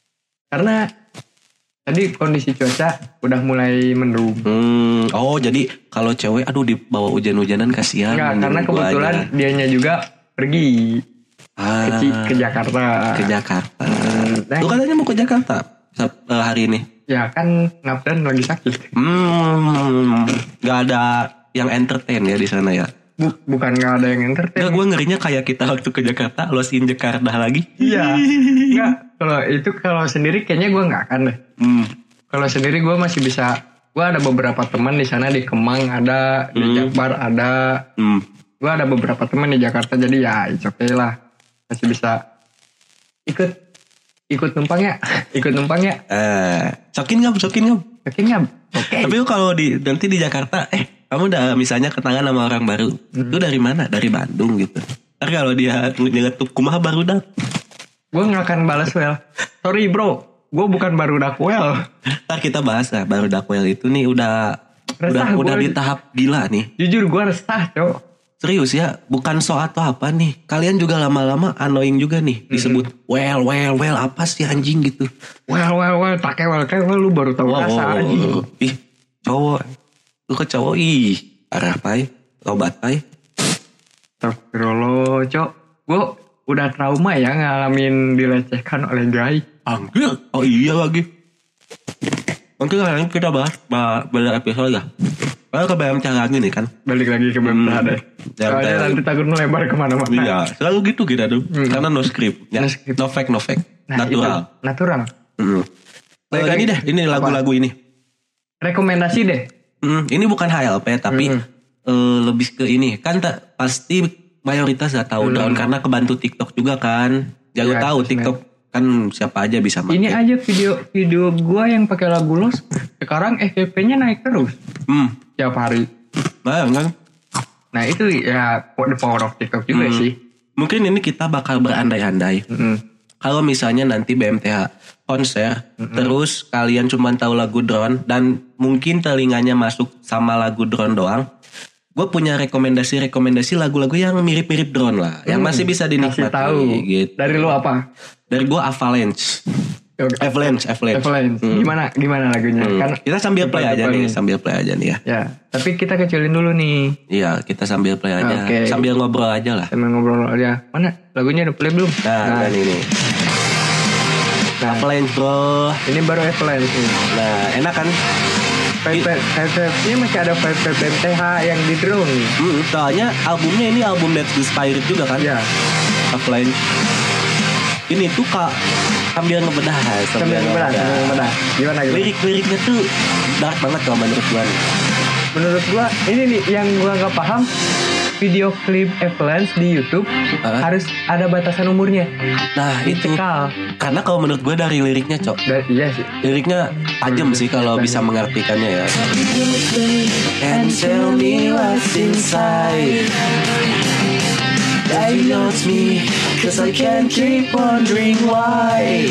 Karena tadi kondisi cuaca udah mulai mendung. Hmm, oh jadi kalau cewek aduh dibawa hujan-hujanan kasihan. Enggak, karena kebetulan aja. Dianya juga pergi ah, ke, ke Jakarta. Ke Jakarta. Hmm, lu katanya mau ke Jakarta hari ini? Ya kan Ngapten lagi sakit. Hmm, nggak ada yang entertain ya di sana ya? Bu, bukan nggak ada yang entertain. Nggak, gue ngerinya kayak kita waktu ke Jakarta, Lost in Jakarta lagi. Iya. Nggak, kalau itu kalau sendiri kayaknya gue nggak akan deh. Hmm. Kalau sendiri gue masih bisa. Gue ada beberapa teman di sana, di Kemang ada, hmm. di Jakbar ada. Hmm. Gue ada beberapa teman di Jakarta, jadi ya it's okay lah, masih bisa ikut ikut numpang ya, ikut numpang ya. Eh, cokin nggak, cokin nggak, cokin nggak. Oke. Okay. Tapi kalau di nanti di Jakarta, eh kamu udah misalnya ketangan sama orang baru, hmm. itu dari mana? Dari Bandung gitu. Ntar kalau dia nyeletuk kumaha barudak, gue nggak akan balas well. Sorry bro, gue bukan barudak well. Ntar kita bahas lah barudak well itu nih udah resah, udah udah di tahap gila nih. Jujur gue resah cok. Serius ya, bukan so atau apa nih. Kalian juga lama-lama annoying juga nih disebut mm-hmm. well well well apa sih anjing gitu. Well well well pakai well kayak well, lu baru tahu wow, rasa anjing. Ih cowok, lu ke cowok ih arah pai, obat pai. Astagfirullah cok, gue udah trauma ya ngalamin dilecehkan oleh gay. Anggil, oh iya lagi. Mungkin kali kita bahas pada episode ya. Kalau ke B M C lagi nih kan. Balik lagi ke B M C hmm, deh. Soalnya nanti takut melebar kemana-mana. Iya, selalu gitu kita tuh. Hmm. Karena no script. Ya. No, script. No fake, no fake. Nah, natural. Itu, natural. Hmm. Uh, ini deh, ini lagu-lagu ini. Rekomendasi deh. Hmm, ini bukan H L P tapi hmm. uh, lebih ke ini. Kan tak, pasti mayoritas gak tahu hmm. Drone karena kebantu TikTok juga kan. Jangan ya, tahu TikTok kan siapa aja bisa pakai. Ini aja video video gua yang pakai lagu Los sekarang F Y P-nya naik terus. Hmm. Tiap hari. Bayang kan? Nah itu ya the power of TikTok juga hmm. sih. Mungkin ini kita bakal berandai-andai. Hmm. kalau misalnya nanti B M T H konser, mm-hmm. terus kalian cuma tahu lagu Drone dan mungkin telinganya masuk sama lagu Drone doang, gue punya rekomendasi-rekomendasi lagu-lagu yang mirip-mirip Drone lah, hmm. yang masih bisa dinikmati. Masih tahu. Gitu. Dari lu apa? Dari gue Avalanche. Avalanche, Avalanche. Avalanche. Hmm. Gimana, gimana lagunya? Hmm. Kan kita sambil play aja nih, sambil play aja nih ya. Ya, tapi kita kecilin dulu nih. Iya, kita sambil play aja, okay. sambil ngobrol aja lah. Sambil ngobrol aja. Mana lagunya udah play belum? Nah, nah. dan ini. Nah, Avalanche bro. Ini baru Avalanche. Nah, enak kan? Vibe-vibe-nya masih ada vibe-vibe B M T H yang di drone. Hmm, soalnya albumnya ini album That's the Spirit juga kan? Iya. Avalanche. Ini tuh kak sambil ngebedah, sambil ngebedah, sambil ngebedah. Gimana gitu? Lirik-liriknya tuh dark banget kalau menurut gua. Menurut gua ini nih yang gua nggak paham. Video klip Avalanche di YouTube uh? harus ada batasan umurnya. Nah itu Cekal. Karena kalau menurut gue dari liriknya cok, da- iya sih. Liriknya tajam sih kalau bisa mengartikannya ya. And tell me what's inside. Diagnose me, cause I can't keep wondering why.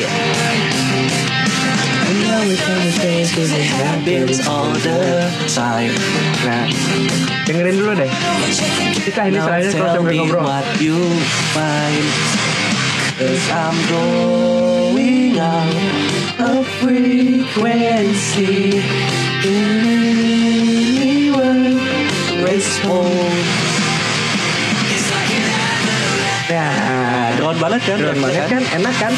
And now we come face cause it happens all the time. Nah, dengerin dulu deh. Kita ini soalnya kalau sambil ngobrol. What you find, cause I'm going out of frequency. Anyone respond. Ya, drone banget kan? Drone banget kan? Enak kan?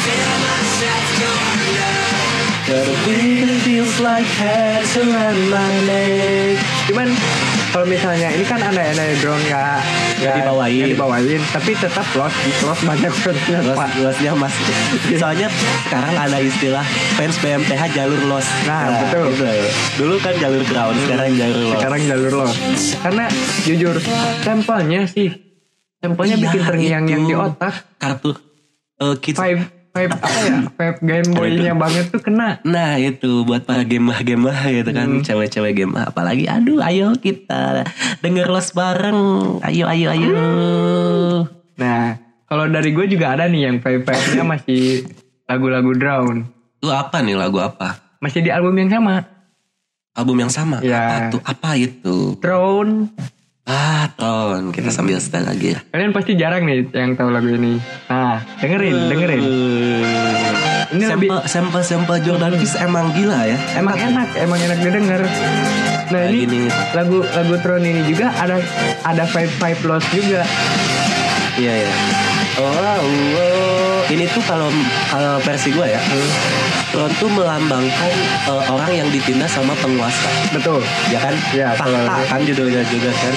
The wind feels like hands around my leg. Cuman kalau misalnya ini kan ada-ada drone nggak nggak dibawain, dibawain, tapi tetap loss, loss banyak loss, lossnya mas. Soalnya sekarang ada istilah fans B M T H jalur loss. Nah, nah betul. Gitu. Dulu kan jalur ground, sekarang jalur loss. Sekarang jalur loss. Karena jujur, sampelnya sih, sampelnya iya, bikin terngiang-ngiang di otak. Kartu uh, kids. Five Vibe apa ya, vibe Game Boy-nya banget tuh kena. Nah itu buat para gemah-gemah gitu kan, hmm. cewek-cewek gemah. Apalagi aduh ayo kita denger Lost bareng. Ayo ayo ayo. Hmm. Nah kalau dari gue juga ada nih yang vibe-vibe-nya masih lagu-lagu Drown. Itu apa nih, lagu apa? Masih di album yang sama. Album yang sama? Ya. Apa tuh? Apa itu? Drown. Ah, Tron, kita sambil setel lagi ya. Kalian pasti jarang nih yang tahu lagu ini. Nah, dengerin, dengerin. Ini sampel, lebih sampel sampel Jordan Fish emang gila ya. Emang enak, enak emang enak didengar. Nah, nah ini gini. lagu lagu Tron ini juga ada ada vibe vibe lost juga. Iya ya. Oh, oh, oh. Ini tuh kalau kalau versi gue ya. Hmm. Tron tuh melambangkan uh, orang yang ditindas sama penguasa. Betul. Ya kan? Ya, tahta kan judulnya juga kan.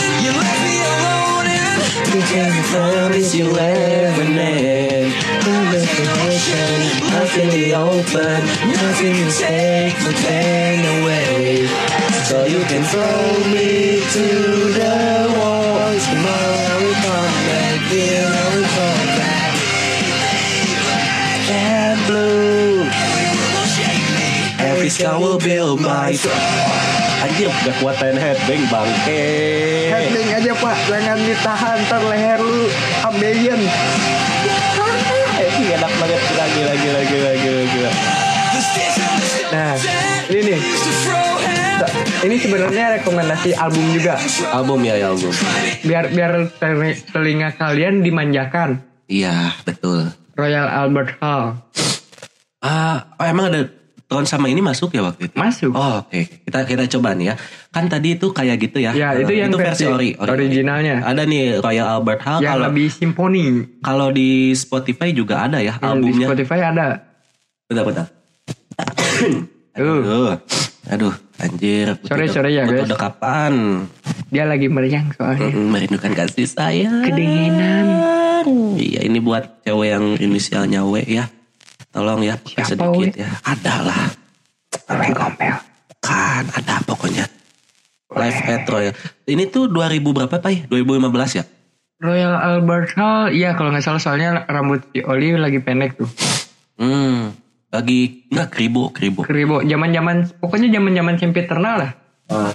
So you can throw me to the wall. Tomorrow we come back here, we come back. And blue. Every scar will build my throne. Anjir gak kuatain headbang bangke. Headbang aja pak, jangan ditahan, ntar leher lu ambeien. Ini enak banget, lagi lagi lagi lagi lagi. Nah ini nih, ini sebenarnya rekomendasi album juga. Album ya, ya album. Biar biar telinga kalian dimanjakan. Iya betul. Royal Albert Hall. Ah, oh, emang ada Tron sama ini masuk ya waktu itu? Masuk. Oh, oke. Okay. Kita kita coba nih ya. Kan tadi itu kayak gitu ya. Ya, itu yang itu versi, versi ori, ori, originalnya. Ada nih Royal Albert Hall. Yang kalau, lebih simfoni. Kalau di Spotify juga ada ya, hmm, albumnya. Di Spotify ada. Bentar, bentar. Aduh. Aduh, anjir. Sore-sore ya guys. Udah kapan? Dia lagi meriang soalnya. Mm, merindukan kasih sayang. Kedinginan. Iya, ini buat cewek yang inisialnya W ya. Tolong ya, pakai sedikit we? Ya. Ada lah. Orang gombel. Kan ada pokoknya. Live at Royal. Ini tuh dua ribu berapa Pak? dua ribu lima belas ya? Royal Albert Hall, iya kalau gak salah soalnya rambut si Oli lagi pendek tuh. Hmm, lagi enggak kribo, kribo. Kribo, zaman-zaman, pokoknya zaman-zaman Sempiternal lah. Uh.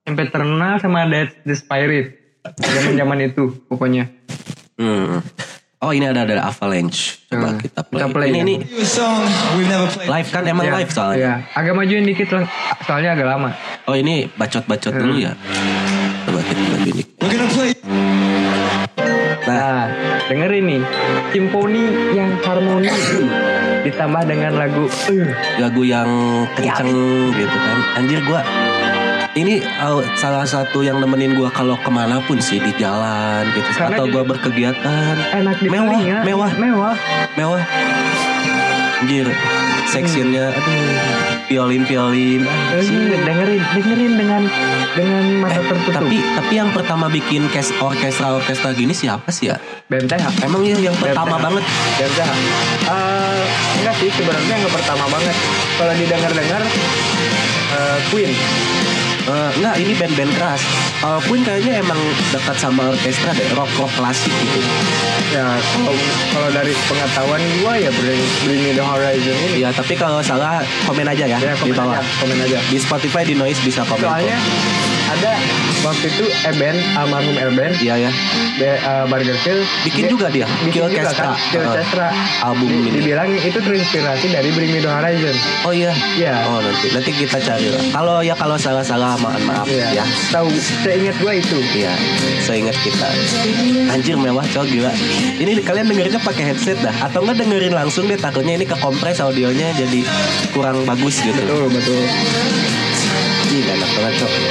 Sempiternal sama That's the Spirit. Zaman-zaman itu pokoknya. Hmm. Oh ini ada ada Avalanche. Coba Hmm. kita play. Kita play, ini ya. ini We've never played. live kan emang Iya, live soalnya. iya. Agak majuin dikit lah, soalnya agak lama. Oh ini bacot-bacot dulu ya. Coba kita majuin dikit. We're gonna play. Nah, Nah, dengerin nih, simfoni yang harmoni ditambah dengan lagu uh, lagu yang kenceng gitu kan. Anjir gua ini uh, salah satu yang nemenin gua kalau kemana pun sih di jalan gitu. Karena atau di- gua berkegiatan. enak di Mewah, telinga. mewah. mewah. Mewah. Anjir, sectionnya aduh violin-violin. Eh, dengerin, dengerin dengan dengan mata tertutup. Tapi tapi yang pertama bikin kes orkestra orkestra gini siapa sih ya? B M T H. Emang yang yang pertama B M T H. banget. B M T H. Eh, enggak sih, sebenarnya enggak pertama banget. Kalau didengar-dengar eh, Queen. Eh, enggak, ini band-band keras. Kalau Queen kayaknya emang dekat sama orkestra deh, rock rock klasik gitu. Ya, kalau kalau dari pengetahuan gua ya Bring, Bring Me The Horizon ini. Iya, tapi kalau salah komen aja ya, Ya, di komen bawah. aja, komen aja. Di Spotify di Noise bisa komen. Soalnya ada waktu itu Eben, almarhum Eben, Iya ya. Be- eh, Burger Kill Bikin dia- juga dia, bikin Kill juga Orchestra. kan, Kill Heeh. Orchestra. Album Di- ini. dibilang itu terinspirasi dari Bring Me The Horizon. Oh iya. Iya. Oh nanti nanti kita cari lah. Kalau ya kalau salah-salah mohon maaf Iya. ya. Tahu, seingat gua itu. Iya, seingat kita. Anjir mewah cowok gila. Ini kalian dengerinnya pakai headset dah atau enggak dengerin langsung deh, takutnya ini kekompres audionya jadi kurang bagus gitu. Betul, betul. Ih, gak enak banget cok.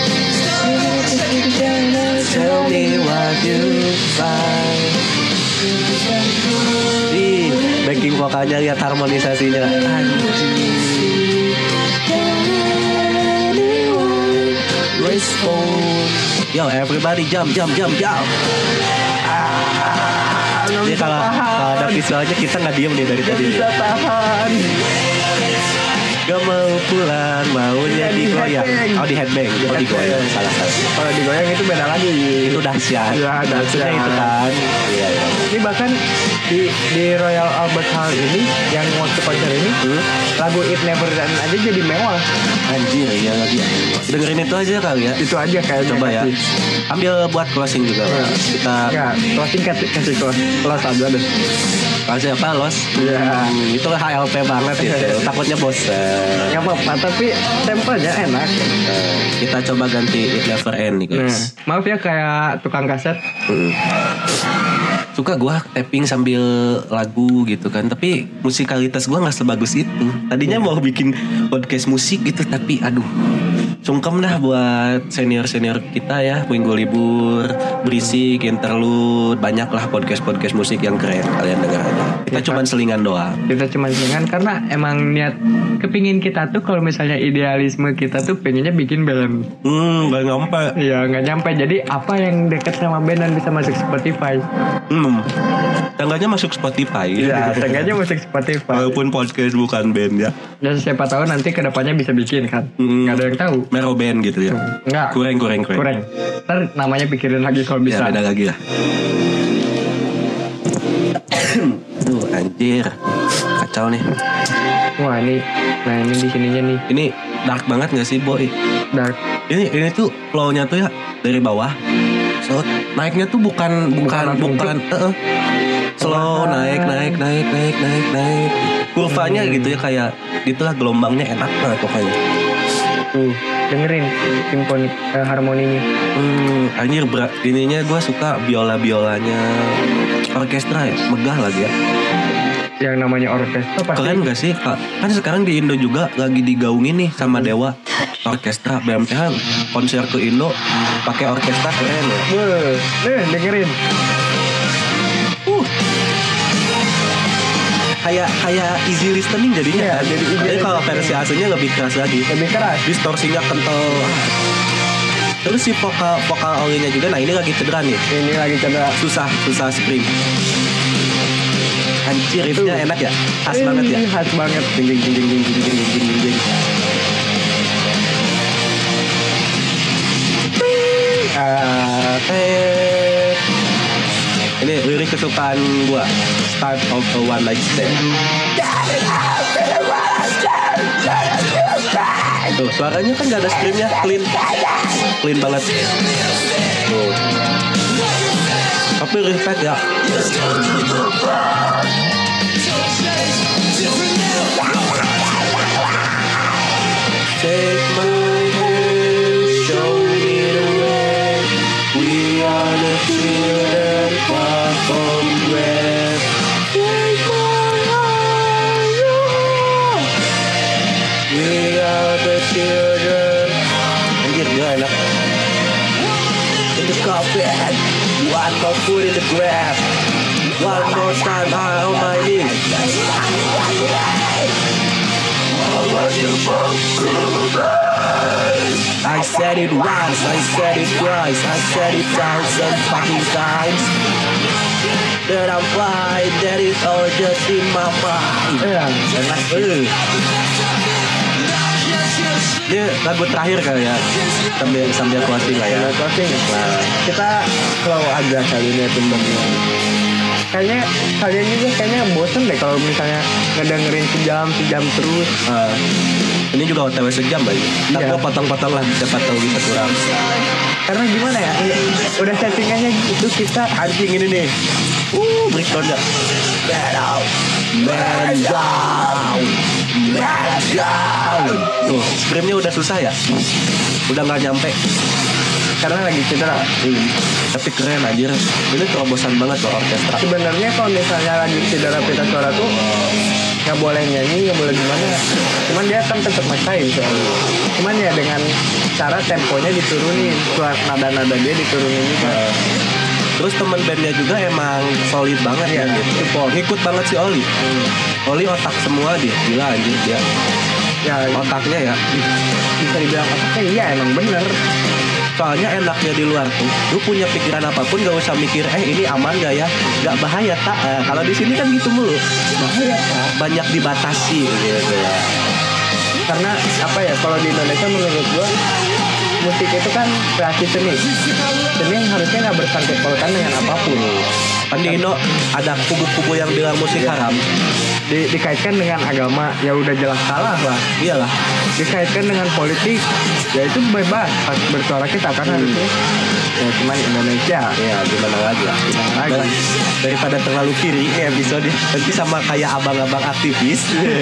Tell me what you find. Ih, backing vokalnya lihat harmonisasinya. Anjir. Respond. Yo everybody jump jump jump jump. Ah, Jadi kalau kalau ada visualnya kita nggak diem deh dari tadi. Bisa tahan. Gak mau pulang, maunya Di digoyang. headbang. Oh di headbang, Di oh digoyang. headbang. Salah salah. Kalau digoyang itu beda lagi. Itu dahsyat. Iya, dahsyat. Maksudnya itu kan. Iya iya. Ini bahkan di di Royal Albert Hall ini yang waktu konser ini Hmm? lagu It Never Done aja jadi mewah. Anjir iya lagi. Dengerin itu aja kali ya. Itu aja kayak Coba ya. Ambil buat closing juga. Pak. Kita Ya, closing kasih kasih close close aja deh. kasih apa los? Iya. Hmm, itu H L P banget gitu. Takutnya bosan. Nggak apa-apa, tapi sampelnya enak. Eh, kita coba ganti It Never End nih Nah, guys. maaf ya kayak tukang kaset. Mm. Suka gue tapping sambil lagu gitu kan, tapi musikalitas gue nggak sebagus itu. Tadinya mau bikin podcast musik gitu, tapi aduh sungkem dah buat senior senior kita ya. Minggu libur berisik interlude, banyak lah podcast podcast musik yang keren, kalian dengar aja. Kita Kita- cuma selingan doang. Kita cuma dengan karena emang niat kepingin kita tuh kalau misalnya idealisme kita tuh pengennya bikin band. Hmm gak nyampe. Ya nggak nyampe. Jadi apa yang dekat sama band dan bisa masuk Spotify? Hmm tangganya masuk Spotify. Ya, seenggaknya masuk Spotify. Walaupun podcast bukan band ya. Dan siapa tahu nanti kedepannya bisa bikin kan? Hmm. Nggak ada yang tahu. Mero band gitu ya. Nggak. Kurang kurang kurang. Kurang. Ntar namanya pikirin lagi kalau bisa. Ya beda lagi lah. Duh anjir, kacau nih. Wah ini, nah ini di sininya nih Ini dark banget gak sih boy? dark. Ini ini tuh flow-nya tuh ya dari bawah. So naiknya tuh bukan bukan Bukan bukan, eh, slow naik naik naik naik naik naik. Kurvanya gitu ya kayak gitulah, gelombangnya enak banget pokoknya. Tuh dengerin simfoni eh, harmoninya. Hmm, anjir berat. Ininya gue suka biola-biolanya. Orkestra ya, megah lagi ya. Yang namanya orkestra pasti. Keren gak sih Kak? Kan sekarang di Indo juga lagi digaungin nih sama Dewa. Orkestra B M T H konser ke Indo pakai orkestra, keren ya. Wah, nih dengerin. Uh. Kayak kayak easy listening jadinya Iya, kan. jadi easy Tapi kalau listening. versi aslinya lebih keras lagi. Lebih keras. Distorsinya kental. Terus si vokal vokal Olinya juga, nah ini lagi cedera nih. Ini lagi cedera. Susah susah scream. Anjir riffnya enak ya, khas Eh, banget ya. Khas banget. Ding ding ding ding ding ding ding ding ding ding. Ah, Eh, ini lirik kesukaan gua, Start of a One Night Stand. Tuh suaranya kan gak ada screamnya, clean, clean banget. Tuh. Tapi respect ya. Take my hand, show me the way. We are the children far from grave. Take my hand, we are the children. Anjir dia enak. In the coffin, one more foot in the grave. One more time I on my knees. I said it once, I said it twice, I said it thousand fucking times. That I'm fine, that is all just in my mind. Iya, enak. Eh. Ini lagu terakhir kali ya, sambil sambil closing lah ya. Sambil closing. Nah, kita slow aja kali ini tumbangnya. Kayaknya kalian juga kayaknya bosen deh kalau misalnya ngedengerin sejam sejam terus. Uh, ini juga O T W sejam lagi. Ntar Iya. gua potong-potong lah, siapa tahu bisa kurang. Karena gimana ya? Udah settingannya gitu kita Anjing ini nih. Uh, breakdown-nya. Man out, man down, man down. Tuh, screamnya udah susah ya. Udah nggak nyampe. karena lagi cedera. Hmm. Tapi keren anjir. Ini terobosan banget loh orkestra. Sebenarnya kalau misalnya lagi cedera pita suara tuh nggak boleh nyanyi, nggak boleh gimana. Cuman dia kan tetap maksain soalnya. Cuman ya dengan cara temponya diturunin, suara nada-nada dia diturunin juga. Terus teman bandnya juga emang solid banget ya, ya gitu. Ngikut banget si Oli. Hmm. Oli otak semua dia, gila anjir dia. Ya otaknya ya. Bisa dibilang otaknya iya emang bener. Soalnya enaknya di luar tuh, lu punya pikiran apapun gak usah mikir, eh ini aman gak ya? Gak bahaya tak? Eh, kalau di sini kan gitu mulu. Bahaya tak? Banyak dibatasi gitu ya. Karena apa ya? Kalau di Indonesia menurut gua musik itu kan kreasi seni. Seni yang harusnya nggak bersangkut pautan dengan apapun. Kan di Indo ada kubu-kubu yang bilang musik haram. Di, dikaitkan dengan agama, ya udah jelas salah lah. Iyalah. Dikaitkan dengan politik, ya itu bebas pas bersuara kita kan hmm. harusnya. Ya cuma di Indonesia. Ya gimana lagi lah. Gimana lagi? Dan, daripada terlalu kiri ini episode nanti sama kayak abang-abang aktivis.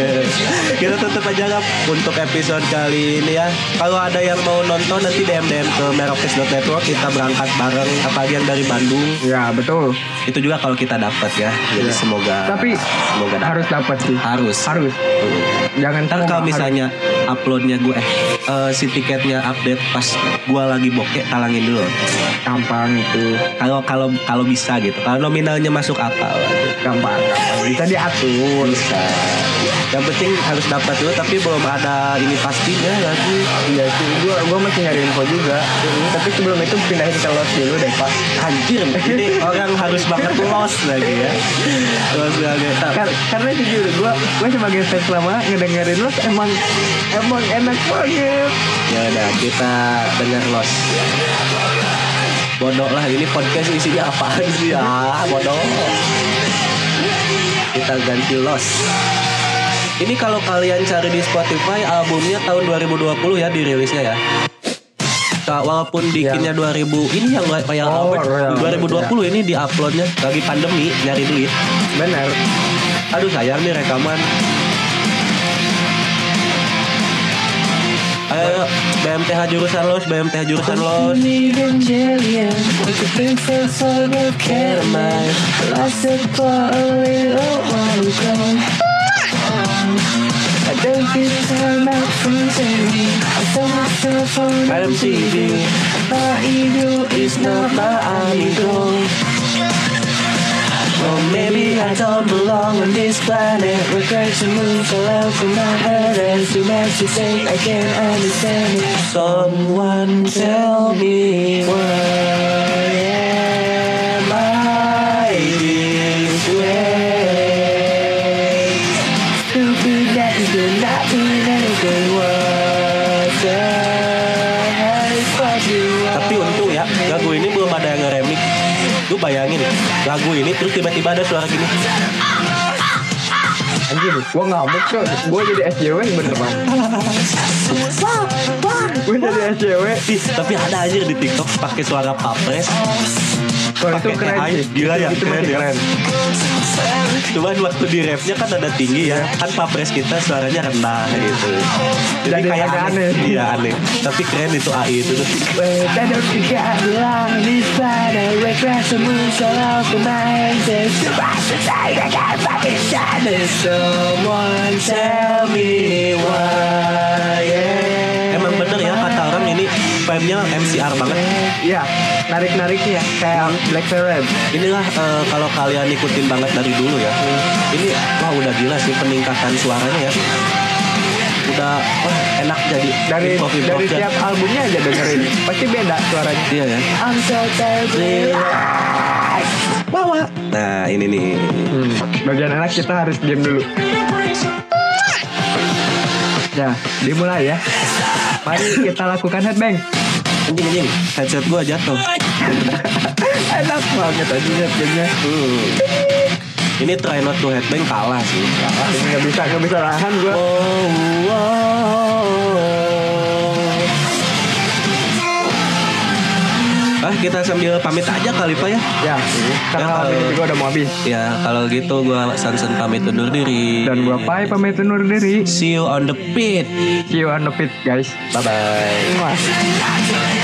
Kita tutup aja lah untuk episode kali ini ya. Kalau ada yang mau nonton nanti D M D M ke merokes dot network, kita berangkat bareng, apalagi yang dari Bandung. Ya betul. Itu juga kalau kita dapat ya. Jadi ya. semoga Tapi semoga dapet. harus dapat sih. Harus. Harus. Hmm. Jangan ntar kalau misalnya harus. uploadnya gue eh uh, si tiketnya update pas gue lagi bokeh, talangin dulu. Gampang itu. Kalau kalau kalau bisa gitu. Kalau nominalnya masuk akal. Gampang. Bisa diatur. Bisa. Yang penting harus dapat dulu, tapi belum ada ini pastinya lagi. Iya sih, gua gua masih nyari info juga. Mm-hmm. Tapi sebelum itu pindahin ke los dulu deh Pak. Anjir, ini orang harus banget los lagi ya. Los lagi. Kar- karena jujur gua gua sebagai fans lama ngedengerin los emang emang enak banget. Ya udah, kita denger los. Bodoh lah, ini podcast isinya apaan sih ya? Bodoh. Kita ganti los. Ini kalau kalian cari di Spotify, albumnya tahun dua ribu dua puluh ya dirilisnya ya. Walaupun bikinnya dua ribu, ini yang Royal oh, Albert Royal dua ribu dua puluh ya. Ini diuploadnya lagi pandemi, nyari duit. Bener. Aduh sayang nih rekaman. Ayo B M T H jurusan los, B M T H jurusan los. I don't feel time out from me. I saw myself on M T V. My ego is not my amigo. Well, maybe I don't belong on this planet. Reflection moves around from my head. As too much to say, I can't understand it. Someone tell me why am I this way? Stupid that you do not mean anything. What the hell is what you are? Tapi untung ya, lagu ini belum ada yang nge-remix. Lu bayangin lagu ini terus tiba-tiba ada suara gini. Anjir, gua ngamuk kok. Gua jadi S J W bener bang. Gua jadi S J W. Ih, tapi ada aja di TikTok pakai suara papres. Kalau itu pakai keren A I. sih. Gila ya, Itu keren masih ya. keren. Cuman waktu di rapnya kan ada tinggi ya. Kan papres kita suaranya rendah gitu. Jadi, Jadi kayak agak aneh. aneh. Iya aneh. Tapi keren itu A I itu tuh. Tanam tiga bilang di sana regret semua salah pemain semua selesai dengan pakai sana. Someone tell me why. Emang bener ya kata orang ini vibe-nya M C R banget. Iya, narik-nariknya kayak Black Sabbath. Inilah eh, kalau kalian ikutin banget dari dulu ya. Ini wah udah gila sih peningkatan suaranya ya. Udah wah enak jadi Dari hip-hop, hip-hop dari dan- tiap albumnya aja dengerin. Pasti beda suaranya. Iya ya. I'm so terribly Bawa. Nah ini nih. Hmm, bagian enak kita harus diam dulu. Ya, dimulai ya. Mari kita lakukan headbang. Anjing anjing. Headset gua jatuh. Enak banget aja headbangnya. Hmm. Ini try not to headbang kalah sih. Nggak bisa nggak bisa lahan gue. Oh, oh. Ah kita sambil pamit aja kali Pak ya. Ya, karena Ya, malam kalau- ini juga udah mau habis. Ya kalau gitu gua Sansen pamit undur diri. Dan gue Pai pamit undur diri. See you on the pit. See you on the pit guys. Bye bye. Mwah.